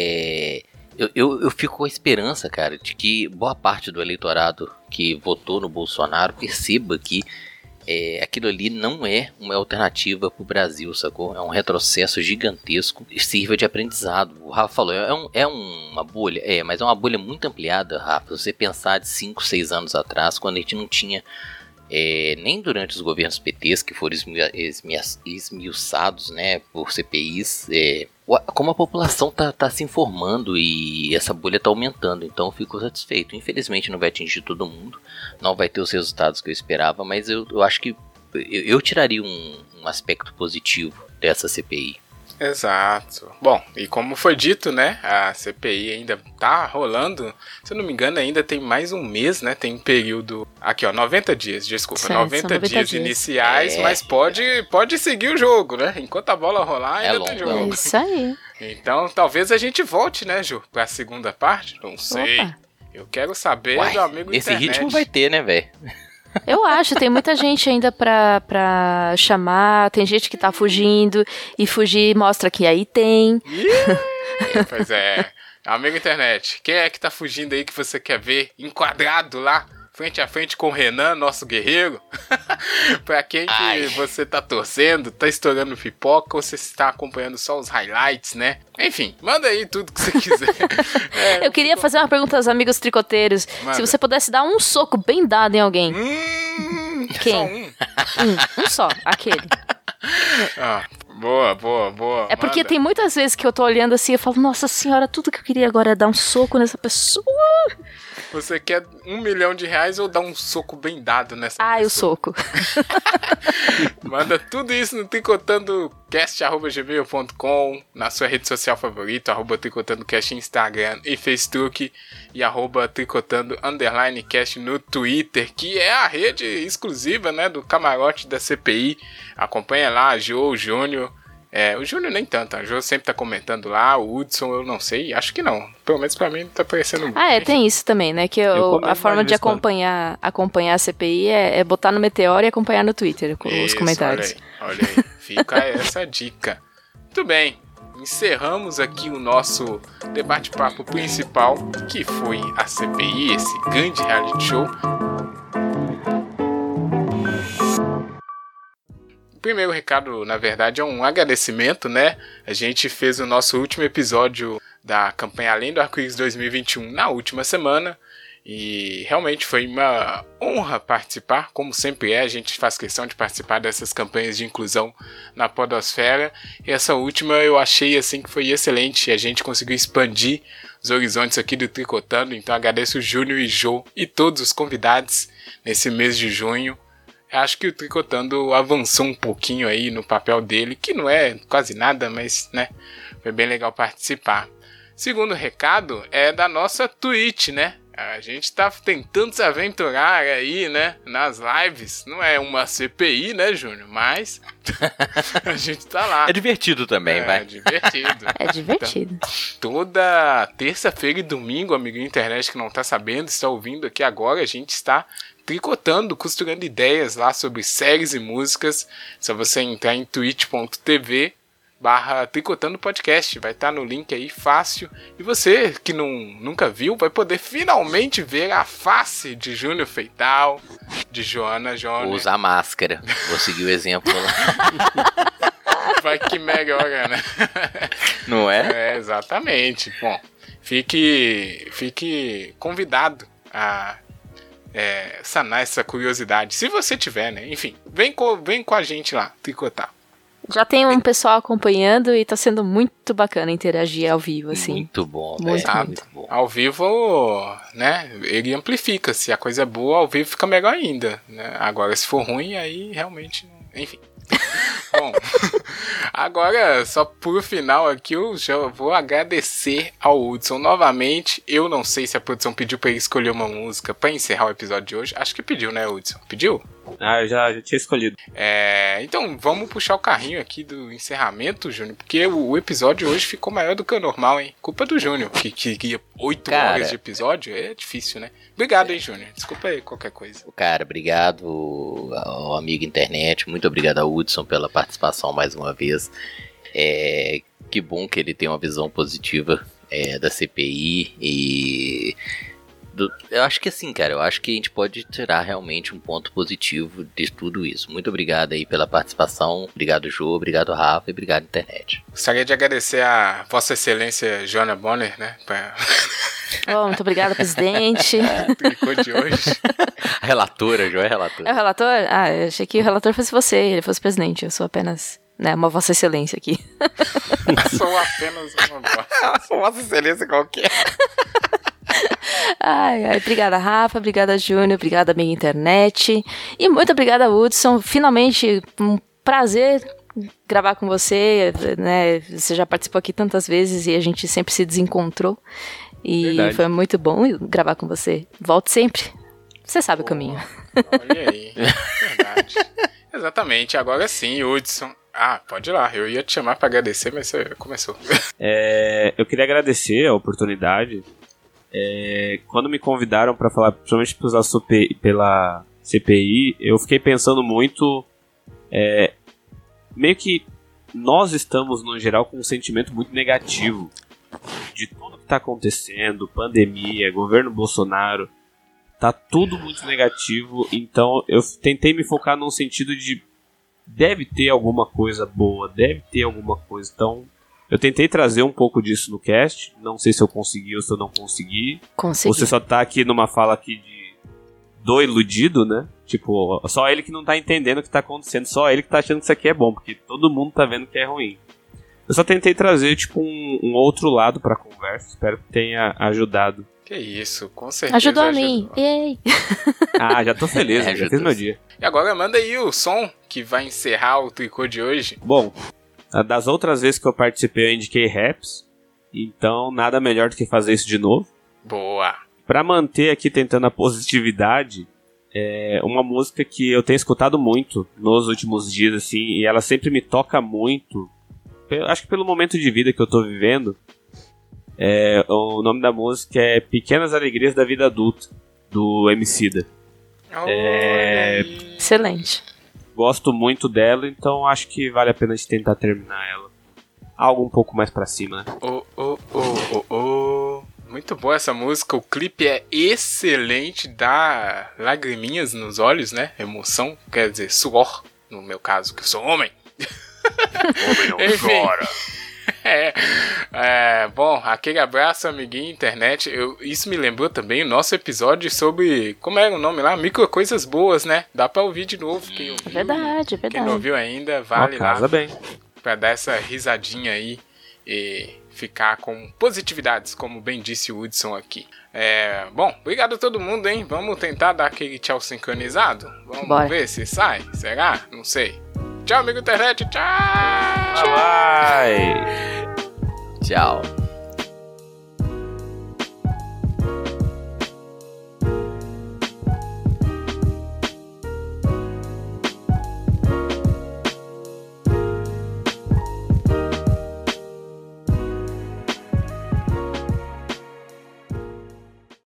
eu fico com a esperança, cara, de que boa parte do eleitorado que votou no Bolsonaro perceba que aquilo ali não é uma alternativa pro Brasil, sacou? É um retrocesso gigantesco e sirva de aprendizado. O Rafa falou, é uma bolha, mas é uma bolha muito ampliada, Rafa. Se você pensar de 5, 6 anos atrás, quando a gente não tinha nem durante os governos PTs, que foram esmiuçados, né, por CPIs, como a população tá se informando e essa bolha tá aumentando, então eu fico satisfeito. Infelizmente não vai atingir todo mundo, não vai ter os resultados que eu esperava, mas eu acho que eu tiraria um aspecto positivo dessa CPI. Exato. Bom, e como foi dito, né, a CPI ainda tá rolando, se eu não me engano ainda tem mais um mês, né, tem um período, aqui ó, 90 dias, desculpa, Certo, 90 dias iniciais, mas pode seguir o jogo, né, enquanto a bola rolar ainda tem jogo. É isso aí. Então talvez a gente volte, né, Ju, pra segunda parte, não sei, eu quero saber do amigo nesse internet. ritmo vai ter, né, velho? Eu acho, tem muita gente ainda pra chamar, tem gente que tá fugindo, e fugir mostra que aí tem. Pois é. Amigo internet, quem é que tá fugindo aí que você quer ver enquadrado lá, frente a frente com o Renan, nosso guerreiro? Pra quem que você tá torcendo, tá estourando pipoca ou você está acompanhando só os highlights, né? Enfim, manda aí tudo que você quiser. Eu queria fazer uma pergunta aos amigos tricoteiros. Manda. Se você pudesse dar um soco bem dado em alguém. Quem? Só um? Um só, aquele. Boa. É porque tem muitas vezes que eu tô olhando assim e eu falo, nossa senhora, tudo que eu queria agora é dar um soco nessa pessoa. Você quer R$1 milhão ou dar um soco bem dado nessa pessoa? O soco. Manda tudo isso no tricotandocast@gmail.com, na sua rede social favorita, @tricotandocast Instagram e Facebook, e @tricotando_cast no Twitter, que é a rede exclusiva, né, do camarote da CPI. Acompanha lá a Jo, o Júnior. O Júnior nem tanto, a Jo sempre tá comentando lá, o Hudson eu não sei, acho que não. Pelo menos pra mim tá parecendo... tem isso também, né, que a forma de acompanhar a CPI é botar no Meteoro e acompanhar no Twitter os comentários. Olha aí, fica essa dica. Muito bem, encerramos aqui o nosso debate-papo principal, que foi a CPI, esse grande reality show. O primeiro recado, na verdade, é um agradecimento, né? A gente fez o nosso último episódio da campanha Além do Arco-Íris 2021 na última semana e realmente foi uma honra participar, como sempre a gente faz questão de participar dessas campanhas de inclusão na podosfera, e essa última eu achei assim que foi excelente, a gente conseguiu expandir os horizontes aqui do Tricotando, então agradeço o Júnior e Jo e todos os convidados nesse mês de junho. Acho que o Tricotando avançou um pouquinho aí no papel dele, que não é quase nada, mas né, foi bem legal participar. Segundo recado é da nossa Twitch, né? A gente tá tentando se aventurar aí, né, nas lives. Não é uma CPI, né, Júnior? Mas a gente tá lá. É divertido também, vai. É divertido. É divertido. Então, toda terça-feira e domingo, amigo internet que não tá sabendo, está ouvindo aqui agora, a gente está tricotando, costurando ideias lá sobre séries e músicas. Só você entrar em twitch.tv/tricotando podcast, vai estar no link aí fácil, e você que nunca viu vai poder finalmente ver a face de Júnior Feital, de Joana Jones. Vou usar máscara, vou seguir o exemplo lá. Vai que melhora, né? Não é? Exatamente. Bom, fique convidado a sanar essa curiosidade, se você tiver, né? Enfim, vem com a gente lá, tricotar. Já tem um pessoal acompanhando e tá sendo muito bacana interagir ao vivo, assim. Muito bom, muito bom. Ao vivo, né, ele amplifica. Se a coisa é boa, ao vivo fica melhor ainda, né? Agora, se for ruim, aí realmente não... Enfim. Bom, agora, só por final aqui, eu já vou agradecer ao Hudson novamente. Eu não sei se a produção pediu pra ele escolher uma música pra encerrar o episódio de hoje. Acho que pediu, né, Hudson? Pediu? Ah, eu já tinha escolhido. Então, vamos puxar o carrinho aqui do encerramento, Júnior, porque o episódio hoje ficou maior do que o normal, hein? Culpa do Júnior, que queria 8 horas de episódio, é difícil, né? Obrigado, hein, Júnior? Desculpa aí qualquer coisa. Cara, obrigado ao amigo internet, muito obrigado ao Hudson pela participação mais uma vez. Que bom que ele tem uma visão positiva da CPI e... Eu acho que assim, cara, eu acho que a gente pode tirar realmente um ponto positivo de tudo isso. Muito obrigado aí pela participação. Obrigado, Jô, obrigado, Rafa, e obrigado, internet. Gostaria de agradecer a Vossa Excelência Joana Bonner, né? Muito obrigada, presidente. Tricô de hoje. A relatora, Jô, é relatora. É o relator? Ah, eu achei que o relator fosse você, ele fosse presidente. Eu sou apenas, né, uma Vossa Excelência aqui. Sou apenas uma vossa. Vossa Excelência qualquer. Ai, obrigada, Rafa, obrigada, Júnior, obrigada, amiga internet. E muito obrigada, Hudson. Finalmente, um prazer gravar com você, né? Você já participou aqui tantas vezes e a gente sempre se desencontrou. E verdade. Foi muito bom gravar com você. Volte sempre. Você sabe o caminho. Olha aí. Verdade. Exatamente. Agora sim, Hudson. Ah, pode ir lá. Eu ia te chamar para agradecer, mas você começou. Eu queria agradecer a oportunidade. Quando me convidaram para falar, principalmente pela CPI, eu fiquei pensando muito. Meio que nós estamos, no geral, com um sentimento muito negativo de tudo que está acontecendo, pandemia, governo Bolsonaro. Tá tudo muito negativo, então eu tentei me focar num sentido de deve ter alguma coisa boa, deve ter alguma coisa. Então eu tentei trazer um pouco disso no cast, não sei se eu consegui ou se eu não consegui. Consegui. Você só tá aqui numa fala aqui do iludido, né? Tipo, só ele que não tá entendendo o que tá acontecendo, só ele que tá achando que isso aqui é bom, porque todo mundo tá vendo que é ruim. Eu só tentei trazer, tipo, um outro lado pra conversa, espero que tenha ajudado. Que isso, com certeza ajudou a mim. Ei. Ah, já tô feliz, já fiz meu dia. E agora manda aí o som que vai encerrar o tricô de hoje. Bom, das outras vezes que eu participei eu indiquei raps, então nada melhor do que fazer isso de novo. Boa. Pra manter aqui tentando a positividade, uma música que eu tenho escutado muito nos últimos dias, assim, e ela sempre me toca muito, acho que pelo momento de vida que eu tô vivendo. O nome da música é Pequenas Alegrias da Vida Adulta, do Emicida. Excelente. Gosto muito dela, então acho que vale a pena a gente tentar terminar ela. Algo um pouco mais pra cima, né? Muito boa essa música, o clipe é excelente, dá lagriminhas nos olhos, né? Emoção, quer dizer, suor, no meu caso, que eu sou homem. Homem não chora. Bom, aquele abraço, amiguinho internet. Isso me lembrou também o nosso episódio sobre, como era o nome lá? Micro Coisas Boas, né? Dá pra ouvir de novo. Quem ouviu, verdade. Quem não ouviu ainda, vale lá. Bem. Pra dar essa risadinha aí e ficar com positividades, como bem disse o Hudson aqui. Bom, obrigado a todo mundo, hein? Vamos tentar dar aquele tchau sincronizado? Vamos ver se sai? Será? Não sei. Tchau, amigo internet. Tchau! Bye! Tchau.